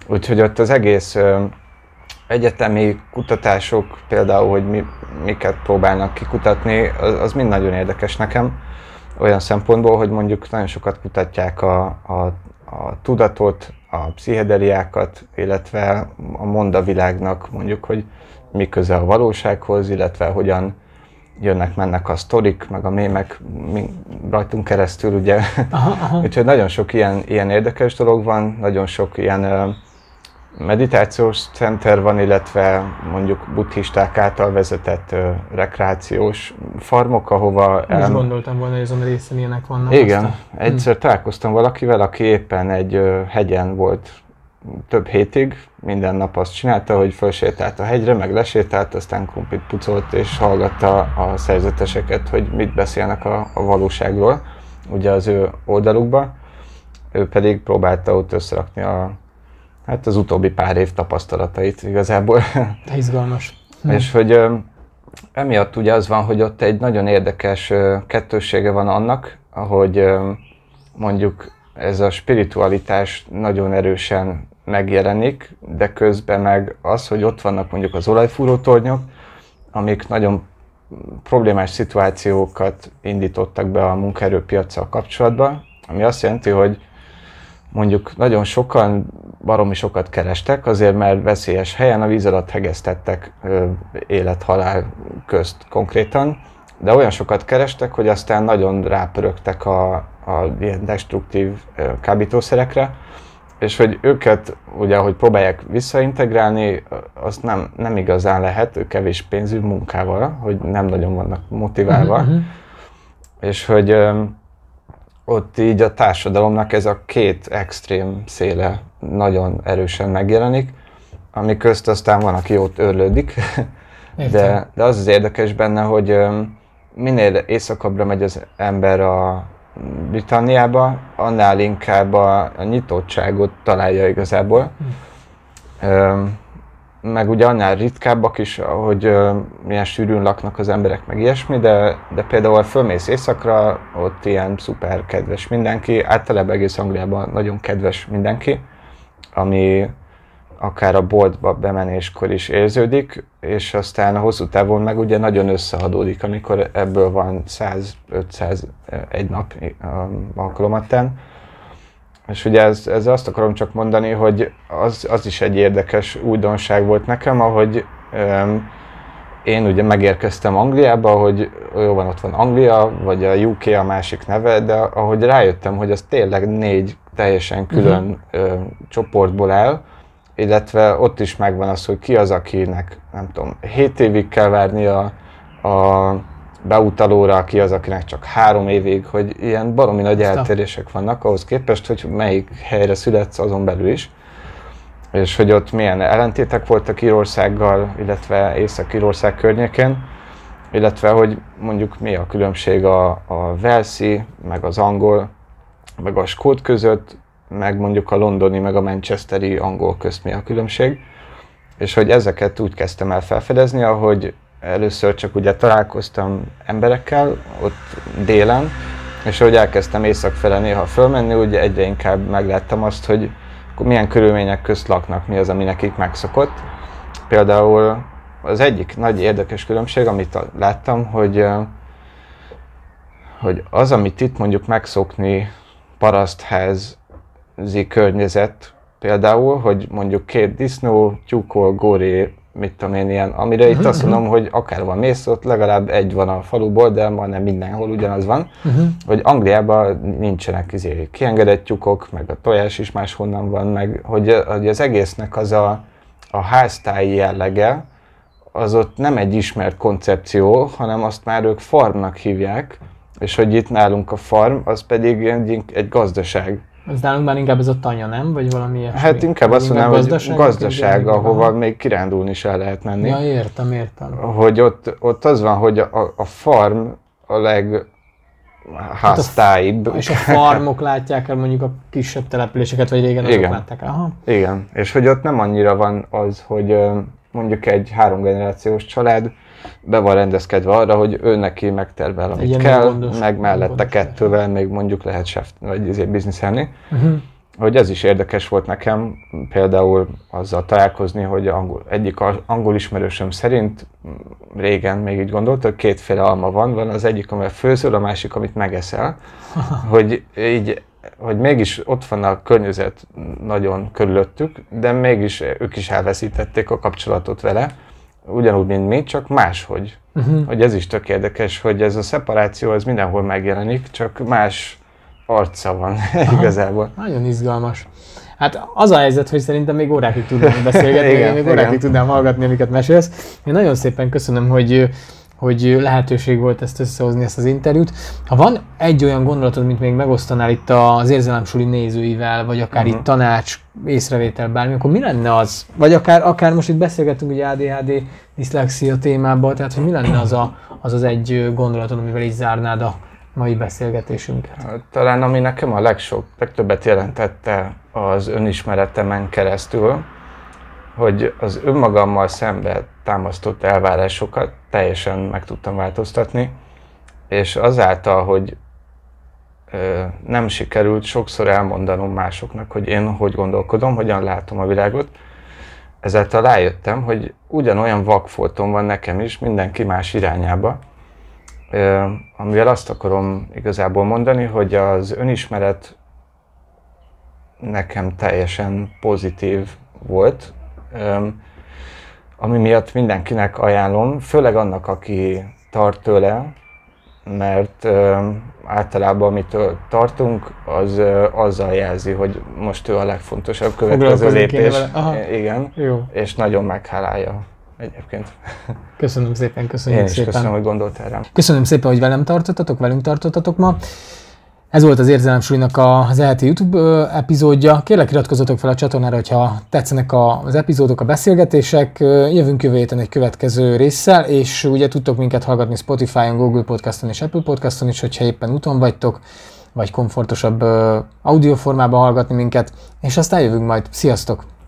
Úgyhogy ott az egész ö, egyetemi kutatások, például, hogy mi, miket próbálnak kikutatni, az, az mind nagyon érdekes nekem. Olyan szempontból, hogy mondjuk nagyon sokat kutatják a, a, a tudatot, a pszichedeliákat, illetve a mondavilágnak mondjuk, hogy mi köze a valósághoz, illetve hogyan jönnek-mennek a sztorik, meg a mémek mi, rajtunk keresztül, ugye. Aha, aha. Úgyhogy nagyon sok ilyen, ilyen érdekes dolog van, nagyon sok ilyen uh, meditációs center van, illetve mondjuk buddhisták által vezetett uh, rekreációs farmok, ahova... Most um, gondoltam volna, hogy azon részen ilyenek vannak. Igen, aztán. Egyszer hm. találkoztam valakivel, aki éppen egy uh, hegyen volt több hétig, minden nap azt csinálta, hogy felsétált a hegyre, meg lesétált, aztán krumplit pucolt és hallgatta a szerzeteseket, hogy mit beszélnek a, a valóságról, ugye az ő oldalukba. Ő pedig próbálta ott összerakni a, hát az utóbbi pár év tapasztalatait igazából. Izgalmas. Hm. És hogy ö, emiatt ugye az van, hogy ott egy nagyon érdekes ö, kettőssége van annak, ahogy ö, mondjuk ez a spiritualitás nagyon erősen megjelenik, de közben meg az, hogy ott vannak mondjuk az olajfúrótornyok, amik nagyon problémás szituációkat indítottak be a munkaerőpiaccal kapcsolatban, ami azt jelenti, hogy mondjuk nagyon sokan baromi sokat kerestek, azért mert veszélyes helyen a víz alatt hegesztettek élet-halál közt konkrétan, de olyan sokat kerestek, hogy aztán nagyon rápörögtek a, a ilyen destruktív kábítószerekre, és hogy őket, ugye, ahogy próbálják visszaintegrálni, azt nem, nem igazán lehet, ők kevés pénzű munkával, hogy nem nagyon vannak motiválva, uh-huh. és hogy ö, ott így a társadalomnak ez a két extrém széle nagyon erősen megjelenik, ami közt aztán van, aki ott őrlődik, de, de az az érdekes benne, hogy ö, minél északabbra megy az ember a Britanniába, annál inkább a, a nyitottságot találja igazából. Ö, meg ugye annál ritkábbak is, hogy ö, milyen sűrűn laknak az emberek, meg ilyesmi, de, de például fölmész északra, ott ilyen szuper kedves mindenki, általában egész Angliában nagyon kedves mindenki, ami akár a boltba bemenéskor is érződik, és aztán a hosszú távon meg ugye nagyon összeadódik, amikor ebből van száz-ötszáz egy nap alkalomattán. És ugye ez, ez azt akarom csak mondani, hogy az, az is egy érdekes újdonság volt nekem, ahogy um, én ugye megérkeztem Angliába, hogy jó van, ott van Anglia, vagy a U K a másik neve, de ahogy rájöttem, hogy az tényleg négy teljesen külön uh-huh. uh, csoportból áll, illetve ott is megvan az, hogy ki az, akinek, nem tudom, hét évig kell várni a, a beutalóra, ki az, akinek csak három évig, hogy ilyen baromi nagy eltérések vannak ahhoz képest, hogy melyik helyre születsz azon belül is. És hogy ott milyen ellentétek voltak Írországgal, illetve Észak-Írország környékén, illetve hogy mondjuk mi a különbség a, a walesi, meg az angol, meg a skót között, meg mondjuk a londoni, meg a manchesteri angol közt mi a különbség. És hogy ezeket úgy kezdtem el felfedezni, ahogy először csak ugye találkoztam emberekkel ott délen, és ahogy elkezdtem észak fele néha fölmenni, ugye egyre inkább megláttam azt, hogy milyen körülmények közt laknak, mi az, ami nekik megszokott. Például az egyik nagy érdekes különbség, amit láttam, hogy, hogy az, amit itt mondjuk megszokni parasztházi környezet, például, hogy mondjuk két disznó, tyúkol, góré, mit tudom én ilyen, amire uh-huh, itt azt mondom, uh-huh. hogy akárhol mész, ott legalább egy van a faluból, de majdnem mindenhol ugyanaz van, uh-huh. hogy Angliában nincsenek izé, kiengedett tyúkok, meg a tojás is máshonnan van, meg hogy, hogy az egésznek az a, a háztáji jellege, az ott nem egy ismert koncepció, hanem azt már ők farmnak hívják, és hogy itt nálunk a farm, az pedig egy, egy gazdaság. Ez nálunk már inkább ez a tanya, nem? Vagy valami ilyesmi? Hát inkább azt mondanám, hogy gazdaság, gazdaság ahova van. Még kirándulni is el lehet menni. Ja, értem, értem. Hogy ott, ott az van, hogy a, a farm a legháztáibb. Hát és a farmok látják el mondjuk a kisebb településeket, vagy régen azok Igen. látták el. Aha. Igen, és hogy ott nem annyira van az, hogy mondjuk egy háromgenerációs család be van rendezkedve arra, hogy ő neki megtervel, amit kell, gondos, meg mellette kettővel még mondjuk lehet seft, vagy ezért bizniszelni. Uh-huh. hogy ez is érdekes volt nekem, például azzal találkozni, hogy angol, egyik angol ismerősöm szerint régen még így gondolt, hogy kétféle alma van, van az egyik, amivel főzöl, a másik, amit megeszel, hogy így, hogy mégis ott van a környezet nagyon körülöttük, de mégis ők is elveszítették a kapcsolatot vele, ugyanúgy, mint mi, csak máshogy. Uh-huh. Hogy ez is tök érdekes, hogy ez a szeparáció, ez mindenhol megjelenik, csak más arca van igazából. Nagyon izgalmas. Hát az a helyzet, hogy szerintem még órákig tudnám beszélgetni, igen, még órákig igen. tudnám hallgatni, amiket mesélsz. Én nagyon szépen köszönöm, hogy, hogy lehetőség volt ezt összehozni, ezt az interjút. Ha van egy olyan gondolatod, mint még megosztanál itt az Érzelemsuli nézőivel, vagy akár uh-huh. itt tanács, észrevétel, bármi, akkor mi lenne az? Vagy akár, akár most itt beszélgettünk ugye á dé há dé, diszlexia témában, tehát hogy mi lenne az a, az, az egy gondolatod, amivel így zárnád a mai beszélgetésünket? Talán ami nekem a legsok, legtöbbet jelentette az önismeretemen keresztül, hogy az önmagammal szembe támasztott elvárásokat teljesen meg tudtam változtatni, és azáltal, hogy ö, nem sikerült sokszor elmondanom másoknak, hogy én hogy gondolkodom, hogyan látom a világot, ezáltal rájöttem, hogy ugyanolyan vakfoltom van nekem is, mindenki más irányába, ö, amivel azt akarom igazából mondani, hogy az önismeret nekem teljesen pozitív volt, ami miatt mindenkinek ajánlom, főleg annak, aki tart tőle, mert általában amitől tartunk, az azzal jelzi, hogy most ő a legfontosabb következő lépés. Igen, jó. És nagyon meghálálja egyébként. Köszönöm szépen, köszönjük Én is szépen. köszönöm, hogy gondoltál rám. Köszönöm szépen, hogy velem tartottatok, velünk tartottatok ma. Ez volt az Érzelemsulinak az e há té YouTube epizódja. Kérlek, iratkozzatok fel a csatornára, hogyha tetszenek az epizódok, a beszélgetések. Jövünk jövő héten egy következő résszel, és ugye tudtok minket hallgatni Spotify-on, Google Podcaston és Apple Podcaston is, hogyha éppen úton vagytok, vagy komfortosabb audioformában hallgatni minket, és aztán jövünk majd. Sziasztok!